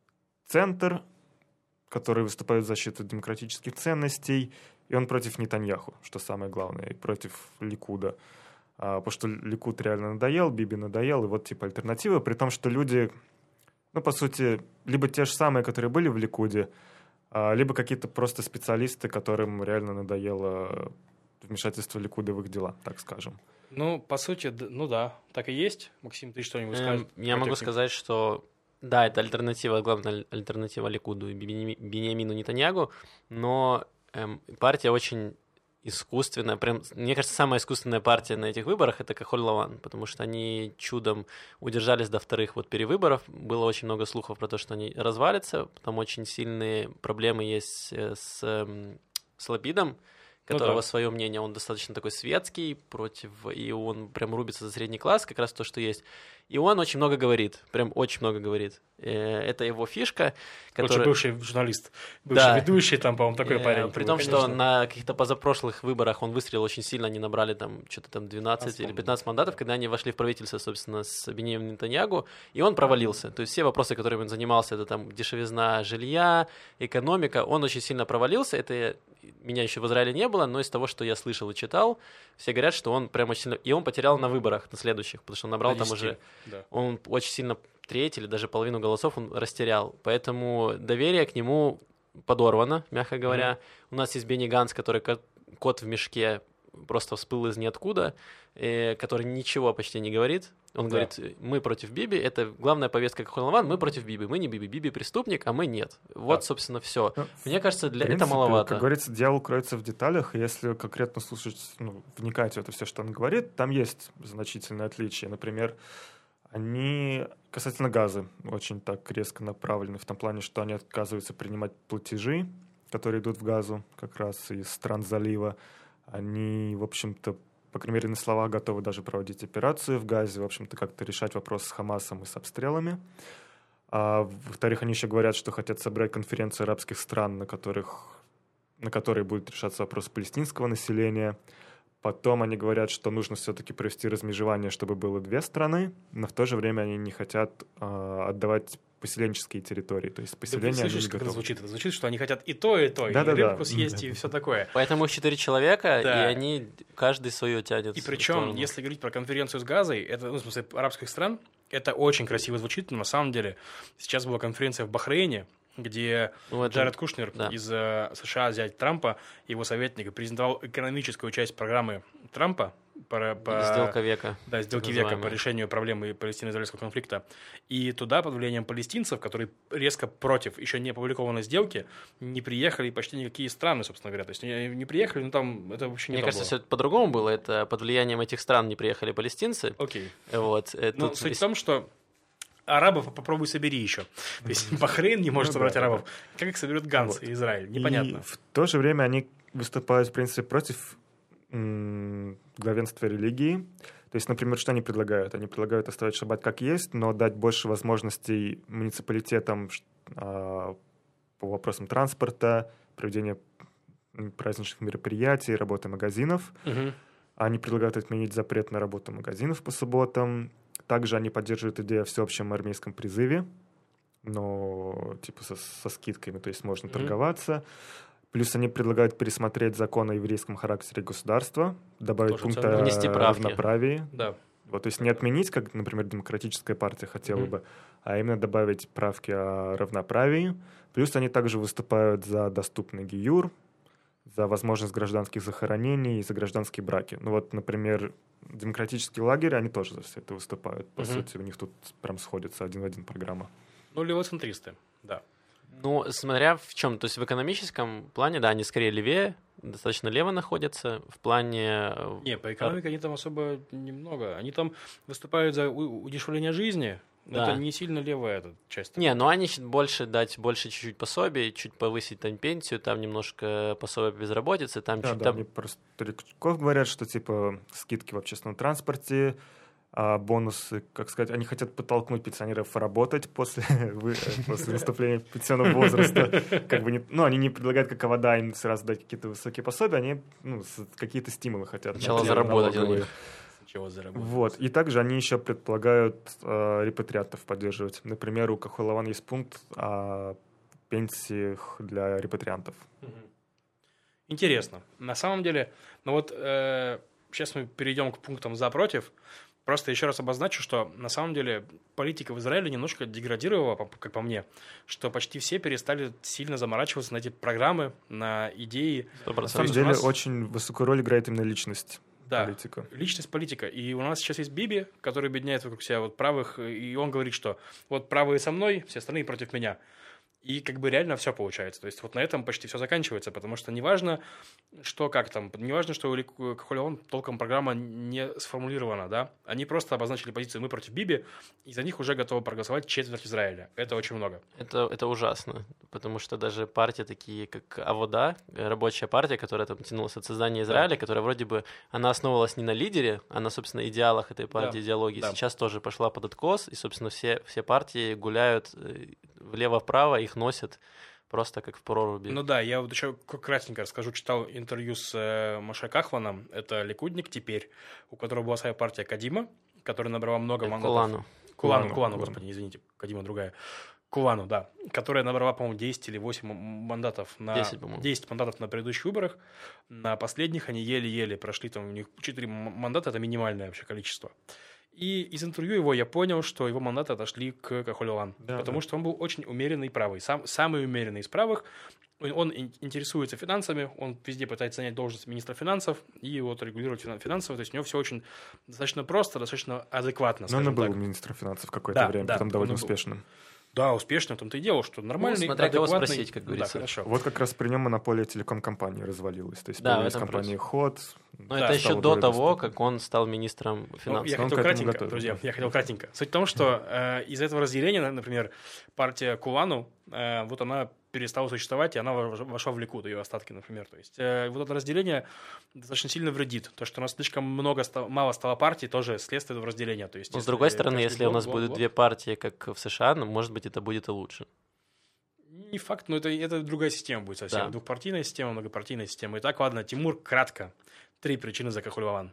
Speaker 2: центр, который выступает в защиту демократических ценностей, и он против Нетаньяху, что самое главное, и против Ликуда. Потому что Ликуд реально надоел, Биби надоел, и вот типа альтернатива, при том, что люди, по сути, либо те же самые, которые были в Ликуде, либо какие-то просто специалисты, которым реально надоело вмешательство Ликуда в их дела, так скажем.
Speaker 1: По сути, да, так и есть. Максим, ты что-нибудь скажешь?
Speaker 3: Я могу сказать, что да, это альтернатива, главная альтернатива Ликуду и Биньямину Нетаньягу, но партия очень искусственная. Прям, мне кажется, самая искусственная партия на этих выборах — это Кахоль-Лаван, потому что они чудом удержались до вторых перевыборов. Было очень много слухов про то, что они развалятся. Там очень сильные проблемы есть с Лапидом, которого свое мнение, он достаточно такой светский, и он прям рубится за средний класс, как раз то, что есть. И он очень много говорит, прям очень много говорит. Это его фишка.
Speaker 1: Который... бывший журналист, бывший ведущий, там, по-моему, такой парень.
Speaker 3: При том, что на каких-то позапрошлых выборах он выстрелил очень сильно, они набрали там что-то там 12 или 15 мандатов, когда они вошли в правительство, собственно, с Биньямином Нетаньягу, и он провалился. То есть все вопросы, которыми он занимался, это там дешевизна жилья, экономика, он очень сильно провалился. Это меня еще в Израиле не было, но из того, что я слышал и читал, все говорят, что он прям очень сильно... И он потерял на выборах, на следующих, потому что он набрал там уже... Да. Он очень сильно треть или даже половину голосов он растерял. Поэтому доверие к нему подорвано, мягко говоря. У нас есть Бенни Ганс, который кот в мешке, просто всплыл из ниоткуда, который ничего почти не говорит. Он говорит, мы против Биби, это главная повестка Кахоль-Лаван, мы против Биби, мы не Биби, Биби преступник, а мы нет. Вот, собственно, все. Мне кажется, для этого маловато.
Speaker 2: Как говорится, дьявол кроется в деталях, и если конкретно слушать, вникать в это все, что он говорит, там есть значительные отличия. Например, они касательно газа очень так резко направлены в том плане, что они отказываются принимать платежи, которые идут в газу как раз из стран залива. Они, в общем-то, по крайней мере, на словах готовы даже проводить операцию в Газе, в общем-то, как-то решать вопрос с Хамасом и с обстрелами. Во-вторых, они еще говорят, что хотят собрать конференцию арабских стран, на которой будет решаться вопрос палестинского населения. Потом они говорят, что нужно все-таки провести размежевание, чтобы было две страны, но в то же время они не хотят отдавать поселенческие территории. То есть поселения они не готовы.
Speaker 1: Как это звучит? Это звучит, что они хотят и то, и рыбку съесть, и все такое.
Speaker 3: Поэтому их 4 человека, и они каждый свое тянет.
Speaker 1: И причем, если говорить про конференцию с Газой, это, в смысле, арабских стран, это очень красиво звучит, но на самом деле сейчас была конференция в Бахрейне, где Джаред Кушнер из США, зять Трампа, его советник, презентовал экономическую часть программы Трампа.
Speaker 3: Сделка века.
Speaker 1: Да, сделки века по решению проблемы палестино-израильского конфликта. И туда под влиянием палестинцев, которые резко против еще не опубликованной сделки, не приехали почти никакие страны, собственно говоря. То есть не приехали, но там это вообще не
Speaker 3: Мне кажется, все это по-другому было. Это под влиянием этих стран не приехали палестинцы.
Speaker 1: Окей.
Speaker 3: Вот.
Speaker 1: Но суть в том, что арабов попробуй собери еще. То есть Бахрейн не может собрать арабов. Как их соберет Ганс и Израиль? Непонятно.
Speaker 2: И в то же время они выступают, в принципе, против главенства религии. То есть, например, что они предлагают? Они предлагают оставить шаббат как есть, но дать больше возможностей муниципалитетам по вопросам транспорта, проведения праздничных мероприятий, работы магазинов. Они предлагают отменить запрет на работу магазинов по субботам. Также они поддерживают идею о всеобщем армейском призыве, но типа со скидками, то есть можно торговаться. Плюс они предлагают пересмотреть закон о еврейском характере государства, добавить пункт о равноправии.
Speaker 1: Да.
Speaker 2: Вот, то есть не отменить, как, например, Демократическая партия хотела бы, а именно добавить правки о равноправии. Плюс они также выступают за доступный гиюр, за возможность гражданских захоронений и за гражданские браки. Ну вот, например, демократический лагерь, они тоже за все это выступают. По сути, у них тут прям сходится один в один программа.
Speaker 1: Ну, левоцентристы, да.
Speaker 3: Ну, смотря в чем. То есть в экономическом плане, да, они скорее левее, достаточно лево находятся. В плане...
Speaker 1: Не, по экономике они там особо немного. Они там выступают за удешевление жизни, Это не сильно левая эта часть.
Speaker 3: Не, но они больше дать больше чуть-чуть пособий, чуть повысить там пенсию, там немножко пособие по безработице, там чуть там...
Speaker 2: Они просто говорят, что типа скидки в общественном транспорте, бонусы, как сказать, они хотят подтолкнуть пенсионеров работать после наступления пенсионного возраста. Как бы они не предлагают, как вода, им сразу дать какие-то высокие пособия, они какие-то стимулы хотят.
Speaker 3: Сначала заработать у них.
Speaker 2: Вот. И также они еще предполагают репатриантов поддерживать. Например, у Кахолаван есть пункт о пенсиях для репатриантов.
Speaker 1: Интересно. На самом деле, сейчас мы перейдем к пунктам «за-против». Просто еще раз обозначу, что на самом деле политика в Израиле немножко деградировала, как по мне, что почти все перестали сильно заморачиваться на эти программы, на идеи.
Speaker 2: 100%. На самом деле очень высокую роль играет именно личность.
Speaker 1: Да,
Speaker 2: политика.
Speaker 1: Личность политика. И у нас сейчас есть Биби, который объединяет вокруг себя правых, и он говорит, что вот правые со мной, все остальные против меня. И как бы реально все получается. То есть вот на этом почти все заканчивается, потому что неважно, что как там, неважно, что у Кахолаван толком программа не сформулирована, да, они просто обозначили позицию «мы против Биби», и за них уже готовы проголосовать четверть Израиля. Это очень много.
Speaker 3: Это ужасно, потому что даже партии такие, как Авода, рабочая партия, которая там тянулась от создания Израиля, которая вроде бы, она основывалась не на лидере, а на, собственно, идеалах этой партии, идеологии. Сейчас тоже пошла под откос, и, собственно, все партии гуляют влево-вправо, их носят просто как в проруби.
Speaker 1: Ну да, я вот еще кратенько расскажу. Читал интервью с Моше Кахланом, это ликудник теперь, у которого была своя партия Кадима, которая набрала много мандатов. Кулану, господи, извините, Кадима другая. Кулану, да, которая набрала, по-моему, 10 или 8 мандатов 10 мандатов на предыдущих выборах. На последних они еле-еле прошли, там у них 4 мандата, это минимальное вообще количество. И из интервью его я понял, что его мандаты отошли к Кахолаван, потому что он был очень умеренный правый, самый умеренный из правых. Он интересуется финансами, он везде пытается занять должность министра финансов и вот регулировать финансово, то есть у него все очень достаточно просто, достаточно адекватно, скажем так.
Speaker 2: Но он был министром финансов какое-то время, потом довольно успешным.
Speaker 1: Да, успешно, в том-то и дело, что нормальный,
Speaker 3: смотря кого спросить, как говорится.
Speaker 1: Да, хорошо.
Speaker 2: Вот как раз при нем монополия телеком-компании развалилась. То есть появилась компания Ход.
Speaker 3: Но это еще до того, как он стал министром финансов.
Speaker 1: Я хотел кратенько, друзья, Суть в том, что из этого разделения, например, партия Кулану, вот она перестала существовать, и она вошла в Ликуд, ее остатки, например. То есть вот это разделение достаточно сильно вредит. То, что у нас слишком мало стало партий, тоже следствие этого разделения. То есть,
Speaker 3: с другой стороны, если у нас будет две партии, как в США, может быть, это будет и лучше.
Speaker 1: Не факт, но это другая система будет совсем. Да. Двухпартийная система, многопартийная система. Итак, ладно, Тимур, кратко. 3 причины за Кахолаван.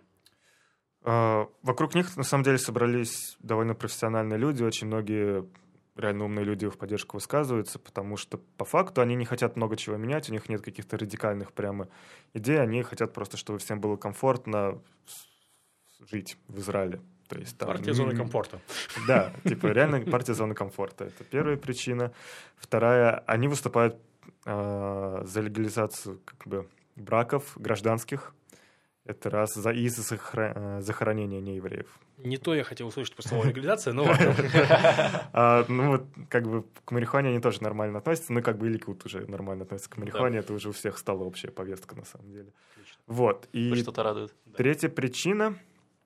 Speaker 2: Вокруг них, на самом деле, собрались довольно профессиональные люди. Очень многие реально умные люди в поддержку высказываются, потому что по факту они не хотят много чего менять, у них нет каких-то радикальных прямо идей, они хотят просто, чтобы всем было комфортно жить в Израиле. То есть, там,
Speaker 1: партия зоны комфорта.
Speaker 2: Да, типа реально партия зоны комфорта. Это первая причина. Вторая, они выступают за легализацию браков гражданских. Это раз. За захоронение неевреев.
Speaker 1: Не то я хотел услышать после слова легализация, но ладно.
Speaker 2: К марихуане они тоже нормально относятся, и Ликуд уже нормально относится к марихуане, это уже у всех стала общая повестка, на самом деле. Вот. И
Speaker 3: что-то радует.
Speaker 2: Третья причина,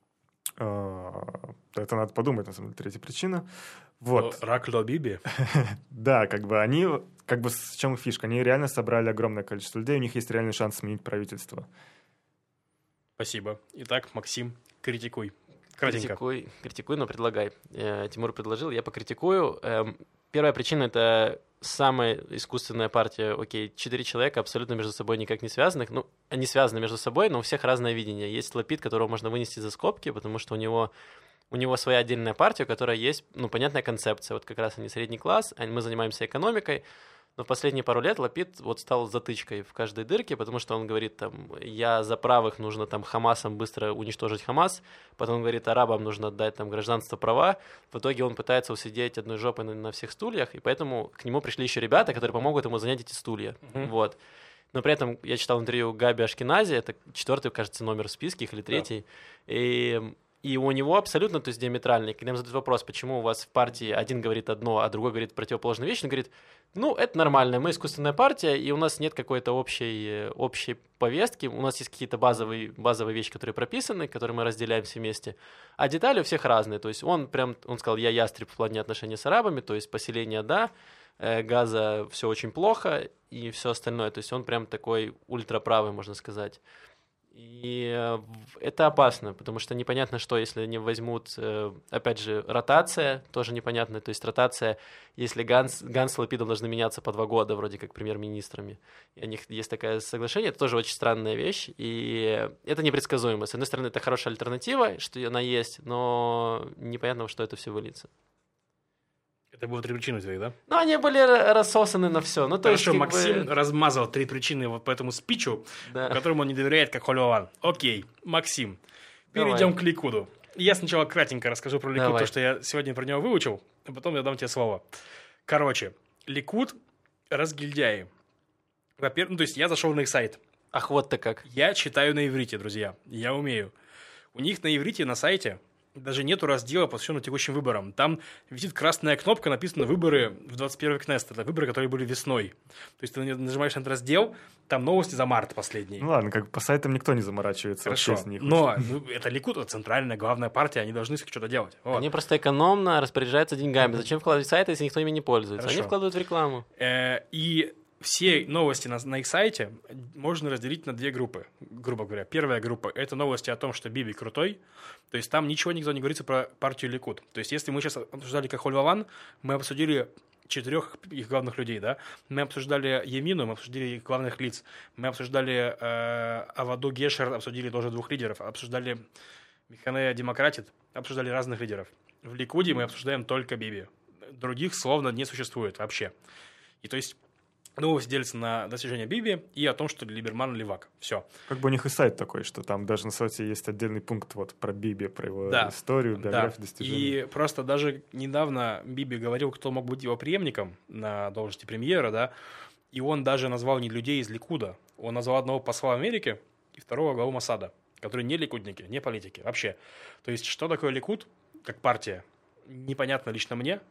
Speaker 2: это надо подумать, на самом деле, третья причина. Вот.
Speaker 1: Рак ло Биби.
Speaker 2: Да, они, с чем их фишка, они реально собрали огромное количество людей, у них есть реальный шанс сменить правительство.
Speaker 1: Спасибо. Итак, Максим, критикуй.
Speaker 3: Критикуй, но предлагай. Тимур предложил, я покритикую. Первая причина — это самая искусственная партия. Окей, 4 человека абсолютно между собой никак не связанных. Ну, они связаны между собой, но у всех разное видение. Есть Лапид, которого можно вынести за скобки, потому что у него своя отдельная партия, у которой есть, понятная концепция. Вот как раз они средний класс, мы занимаемся экономикой. Но в последние пару лет Лапид стал затычкой в каждой дырке, потому что он говорит, я за правых, нужно Хамасом быстро уничтожить Хамас, потом он говорит, арабам нужно отдать гражданство, права. В итоге он пытается усидеть одной жопой на всех стульях, и поэтому к нему пришли еще ребята, которые помогут ему занять эти стулья. Вот. Но при этом я читал интервью Габи Ашкенази, это 4-й, кажется, номер в списке, или 3-й, и И у него абсолютно, то есть, диаметральный. Когда ему задают вопрос, почему у вас в партии один говорит одно, а другой говорит противоположную вещь, он говорит, ну, это нормально, мы искусственная партия, и у нас нет какой-то общей повестки, у нас есть какие-то базовые вещи, которые прописаны, которые мы разделяем все вместе, а детали у всех разные. То есть он сказал, я ястреб в плане отношений с арабами, то есть поселение, да, Газа все очень плохо и все остальное. То есть он прям такой ультраправый, можно сказать. И это опасно, потому что непонятно, что если они возьмут, опять же, ротация, тоже непонятно, то есть ротация, если Ганс с Лапидом должны меняться по 2 года, вроде как премьер-министрами, и у них есть такое соглашение, это тоже очень странная вещь, и это непредсказуемо. С одной стороны, это хорошая альтернатива, что она есть, но непонятно, во что это все выльется.
Speaker 1: Это было 3 причины твоих, да?
Speaker 3: Ну, они были рассосаны на все. Ну, то
Speaker 1: Хорошо,
Speaker 3: есть,
Speaker 1: Максим размазал 3 причины вот по этому спичу,
Speaker 3: да.
Speaker 1: которому он не доверяет, как Хольвован. Окей, Максим, перейдем к Ликуду. Я сначала кратенько расскажу про Ликуд, то, что я сегодня про него выучил, а потом я дам тебе слово. Короче, Ликуд разгильдяи. Во-первых, то есть я зашел на их сайт.
Speaker 3: Ах, вот-то как.
Speaker 1: Я читаю на иврите, друзья, я умею. У них на иврите на сайте даже нету раздела, посвященного текущим выборам. Там висит красная кнопка, написано «Выборы в 21-й Кнессет». Это выборы, которые были весной. То есть ты нажимаешь на этот раздел, там новости за март последние.
Speaker 2: Ну ладно, как по сайтам никто не заморачивается.
Speaker 1: Хорошо,
Speaker 2: вообще с них.
Speaker 1: но это Ликуд, это центральная, главная партия, они должны что-то делать. Вот.
Speaker 3: Они просто экономно распоряжаются деньгами. Зачем вкладывать в сайты, если никто ими не пользуется?
Speaker 1: Хорошо.
Speaker 3: Они вкладывают в рекламу.
Speaker 1: И все новости на их сайте можно разделить на 2 группы, грубо говоря. Первая группа – это новости о том, что Биби крутой. То есть там ничего никто не говорится про партию Ликуд. То есть если мы сейчас обсуждали Кахоль-Лаван, мы обсудили 4 их главных людей, да? Мы обсуждали Емину, мы обсудили их главных лиц. Мы обсуждали Аваду Гешер, обсудили тоже 2 лидеров. Обсуждали Миханея Демократит, обсуждали разных лидеров. В Ликуде мы обсуждаем только Биби. Других словно не существует вообще. И то есть новости делятся на достижения Биби и о том, что Либерман левак. Все.
Speaker 2: Как бы у них и сайт такой, что там даже на сайте есть отдельный пункт вот про Биби, про его историю, биографию, достижения.
Speaker 1: И просто даже недавно Биби говорил, кто мог быть его преемником на должности премьера, да, и он даже назвал не людей из Ликуда, он назвал одного посла Америки и второго главу Моссада, которые не ликудники, не политики вообще. То есть, что такое Ликуд как партия, непонятно лично мне.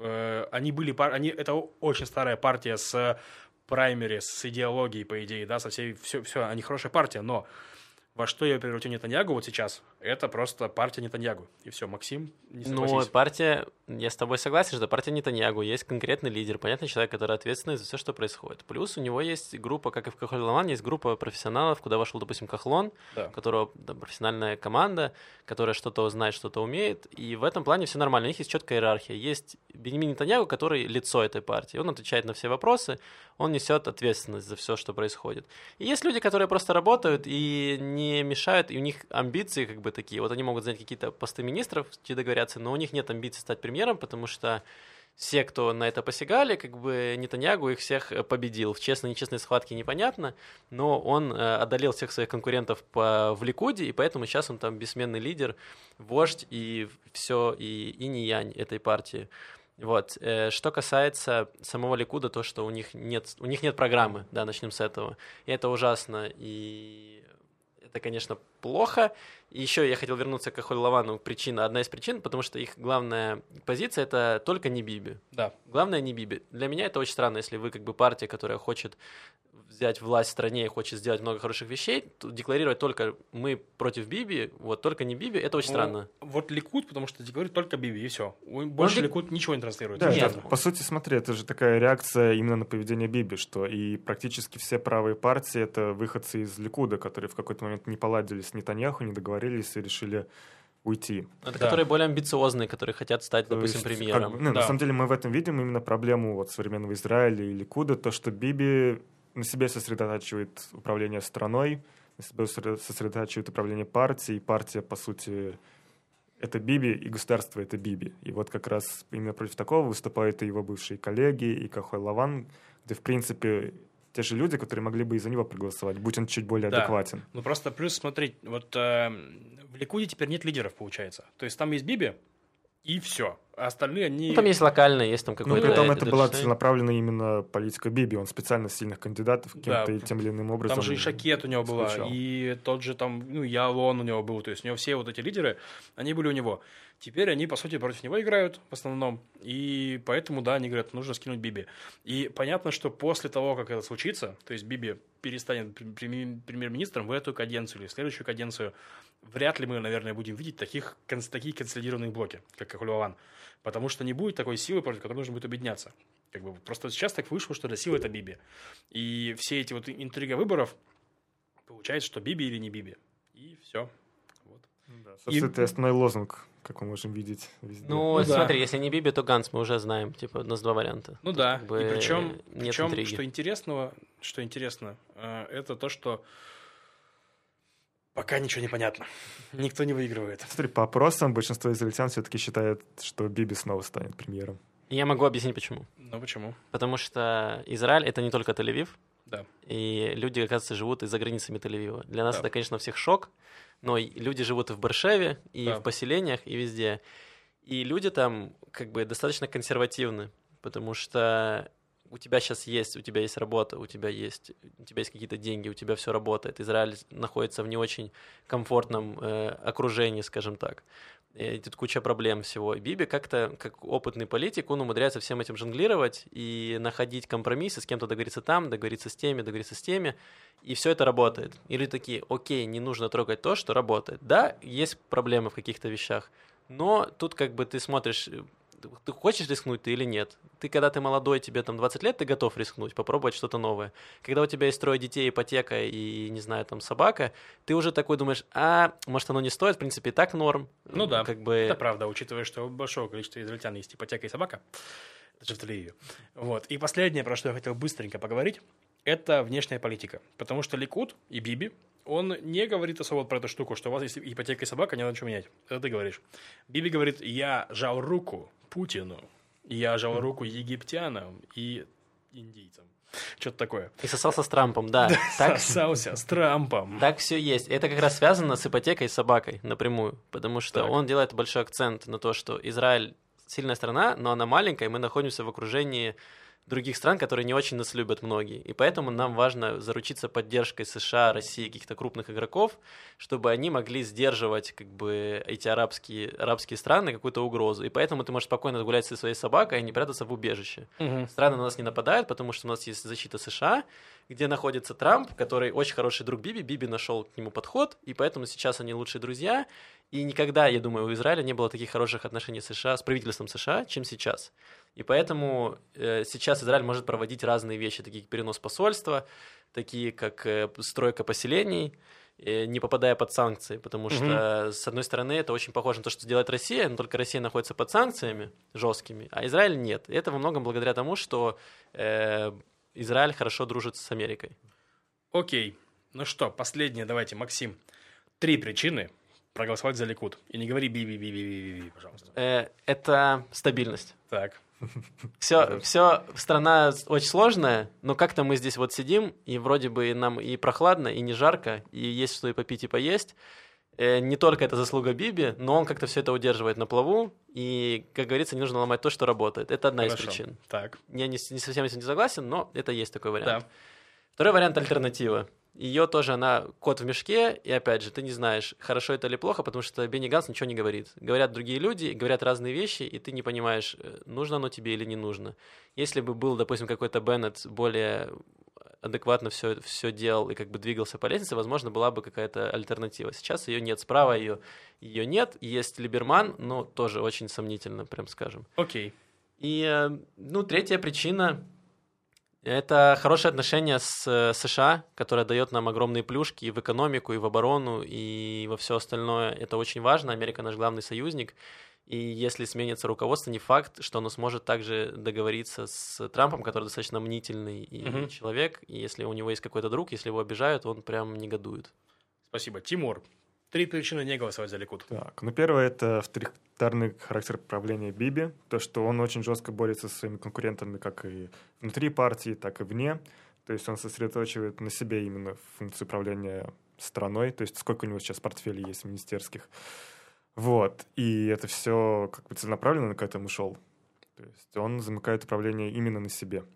Speaker 1: Это очень старая партия с праймери, с идеологией, по идее, да, со всей, все, они хорошая партия, но во что я превратил Нетаньягу вот сейчас, это просто партия Нетаньягу. И все, Максим, не согласись.
Speaker 3: Ну, партия, я с тобой согласен, что партия Нетаньягу, есть конкретный лидер, понятный человек, который ответственный за все, что происходит. Плюс у него есть группа, как и в Кахоль-Лаван, есть группа профессионалов, куда вошел, допустим, Кахлон, у которого профессиональная команда, которая что-то знает, что-то умеет, и в этом плане все нормально. У них есть четкая иерархия. Есть Беньямин Нетаньягу, который лицо этой партии, он отвечает на все вопросы, он несет ответственность за все, что происходит. И есть люди, которые просто работают и не мешают, и у них амбиции как бы такие. Вот они могут занять какие-то посты министров, где договорятся, но у них нет амбиций стать премьером, потому что все, кто на это посягали, как бы Нетаньягу их всех победил. В честной-нечестной схватке непонятно, но он одолел всех своих конкурентов в Ликуде, и поэтому сейчас он там бессменный лидер, вождь и все, и инь-янь этой партии. Вот. Что касается самого Ликуда, то, что у них нет программы, да, начнем с этого. И это ужасно, и это, конечно, плохо. И еще я хотел вернуться к Кахоль-Лавану. Одна из причин, потому что их главная позиция – это только не Биби.
Speaker 1: Да.
Speaker 3: Главное не Биби. Для меня это очень странно, если вы как бы партия, которая хочет взять власть в стране и хочет сделать много хороших вещей, то декларировать только мы против Биби, вот только не Биби, это очень странно.
Speaker 1: Вот Ликуд, потому что декларирует только Биби, и все. Больше Ликуд ничего не транслирует.
Speaker 2: Да, это, по сути, смотри, это же такая реакция именно на поведение Биби, что и практически все правые партии — это выходцы из Ликуда, которые в какой-то момент не поладили с Нетаньяху, не договорились и решили уйти.
Speaker 3: Это которые более амбициозные, которые хотят стать, допустим, премьером.
Speaker 2: На самом деле мы в этом видим именно проблему вот современного Израиля и Ликуда, то, что Биби на себе сосредотачивает управление страной, на себе сосредотачивает управление партией, и партия, по сути, это Биби, и государство — это Биби. И вот как раз именно против такого выступают и его бывшие коллеги, и Кахоль-Лаван, где, в принципе, те же люди, которые могли бы и за него проголосовать, будь он чуть более адекватен.
Speaker 1: Ну просто плюс, смотри, вот в Ликуде теперь нет лидеров, получается. То есть там есть Биби, И все. А остальные, они...
Speaker 3: Ну, там есть локальные, есть там какой-то...
Speaker 2: Ну, при том, это была целенаправленная именно политика Биби. Он специально сильных кандидатов кем-то и тем или иным образом...
Speaker 1: Там же и Шакет у него была, и тот же там, Ялон у него был. То есть у него все вот эти лидеры, они были у него. Теперь они, по сути, против него играют в основном. И поэтому, да, они говорят, нужно скинуть Биби. И понятно, что после того, как это случится, то есть Биби перестанет премьер-министром в эту каденцию или в следующую каденцию, вряд ли мы, наверное, будем видеть такие консолидированные блоки, как Кахлюван. Потому что не будет такой силы, против которой нужно будет объединяться. Просто сейчас так вышло, что сила – это Биби. И все эти вот интрига выборов, получается, что Биби или не Биби. И все. Вот.
Speaker 2: Да, собственно, это основной лозунг, как мы можем видеть везде.
Speaker 3: Ну, смотри, если не Биби, то Ганс, мы уже знаем. Типа, у нас два варианта.
Speaker 1: Ну да, и причем что интересно, это то, что пока ничего не понятно. Никто не выигрывает.
Speaker 2: Смотри, по опросам большинство израильтян все-таки считает, что Биби снова станет премьером.
Speaker 3: Я могу объяснить, почему.
Speaker 1: Ну, почему?
Speaker 3: Потому что Израиль — это не только Тель-Авив.
Speaker 1: Да.
Speaker 3: И люди, оказывается, живут и за границами Тель-Авива. Для нас это, конечно, всех шок, но люди живут и в Бершеве, и в поселениях, и везде. И люди там как бы достаточно консервативны, потому что у тебя есть работа, у тебя есть какие-то деньги, у тебя все работает. Израиль находится в не очень комфортном окружении, скажем так. И тут куча проблем всего. Биби как-то, как опытный политик, он умудряется всем этим жонглировать и находить компромиссы, с кем-то договориться там, договориться с теми, и все это работает. И люди такие, окей, не нужно трогать то, что работает. Да, есть проблемы в каких-то вещах, но тут как бы ты смотришь, ты хочешь рискнуть ты или нет. Когда ты молодой, тебе там 20 лет, ты готов рискнуть, попробовать что-то новое. Когда у тебя есть трое детей, ипотека и, не знаю, там собака, ты уже такой думаешь, может оно не стоит, в принципе, и так норм.
Speaker 1: Ну да, это правда, учитывая, что у большого количества израильтян есть ипотека и собака, даже в Тель-Авиве. Вот. И последнее, про что я хотел быстренько поговорить, это внешняя политика. Потому что Ликуд и Биби, он не говорит особо про эту штуку, что у вас есть ипотека и собака, не надо ничего менять. Это ты говоришь. Биби говорит, я жал руку Путину, я жал руку египтянам и индийцам. Что-то такое.
Speaker 3: И сосался с Трампом, да.
Speaker 1: Сосался с Трампом.
Speaker 3: Так все есть. Это как раз связано с ипотекой и собакой напрямую, потому что он делает большой акцент на то, что Израиль сильная страна, но она маленькая, и мы находимся в окружении других стран, которые не очень нас любят многие. И поэтому нам важно заручиться поддержкой США, России, каких-то крупных игроков, чтобы они могли сдерживать как бы эти арабские страны какую-то угрозу. И поэтому ты можешь спокойно гулять со своей собакой, а не прятаться в убежище. Страны на нас не нападают, потому что у нас есть защита США, где находится Трамп, который очень хороший друг Биби. Биби нашел к нему подход, и поэтому сейчас они лучшие друзья. И никогда, я думаю, у Израиля не было таких хороших отношений с правительством США, чем сейчас. И поэтому сейчас Израиль может проводить разные вещи, такие как перенос посольства, такие как стройка поселений, не попадая под санкции, потому что, с одной стороны, это очень похоже на то, что делает Россия, но только Россия находится под санкциями жесткими, а Израиль нет. И это во многом благодаря тому, что Израиль хорошо дружит с Америкой.
Speaker 1: Окей. Ну что, последнее, давайте, Максим. 3 причины проголосовать за Ликуд. И не говори би-би-би-би-би, пожалуйста.
Speaker 3: Это стабильность.
Speaker 1: Так.
Speaker 3: Все, страна очень сложная, но как-то мы здесь вот сидим, и вроде бы нам и прохладно, и не жарко, и есть что и попить, и поесть. Не только это заслуга Биби, но он как-то все это удерживает на плаву, и, как говорится, не нужно ломать то, что работает. Это одна из причин.
Speaker 1: Так.
Speaker 3: Я не совсем с этим не согласен, но это есть такой вариант.
Speaker 1: Да.
Speaker 3: Второй вариант — альтернатива. Ее тоже, она кот в мешке, и опять же, ты не знаешь, хорошо это или плохо, потому что Бенни Ганс ничего не говорит. Говорят другие люди, говорят разные вещи, и ты не понимаешь, нужно оно тебе или не нужно. Если бы был, допустим, какой-то Беннет более адекватно все делал и как бы двигался по лестнице, возможно, была бы какая-то альтернатива. Сейчас ее нет, справа ее нет, есть Либерман, но тоже очень сомнительно, прям скажем.
Speaker 1: Окей.
Speaker 3: И, третья причина — это хорошие отношения с США, которая дает нам огромные плюшки и в экономику, и в оборону, и во все остальное. Это очень важно. Америка наш главный союзник. И если сменится руководство, не факт, что оно сможет также договориться с Трампом, который достаточно мнительный человек. И если у него есть какой-то друг, если его обижают, он прям негодует.
Speaker 1: Спасибо. Тимур, 3 причины не голосовать за Ликуд.
Speaker 2: Так, первое — это авторитарный характер правления Биби. То, что он очень жестко борется со своими конкурентами как и внутри партии, так и вне. То есть он сосредоточивает на себе именно функцию управления страной. То есть сколько у него сейчас портфелей есть министерских. Вот. И это все как бы целенаправленно к этому шел. То есть он замыкает управление именно на себе.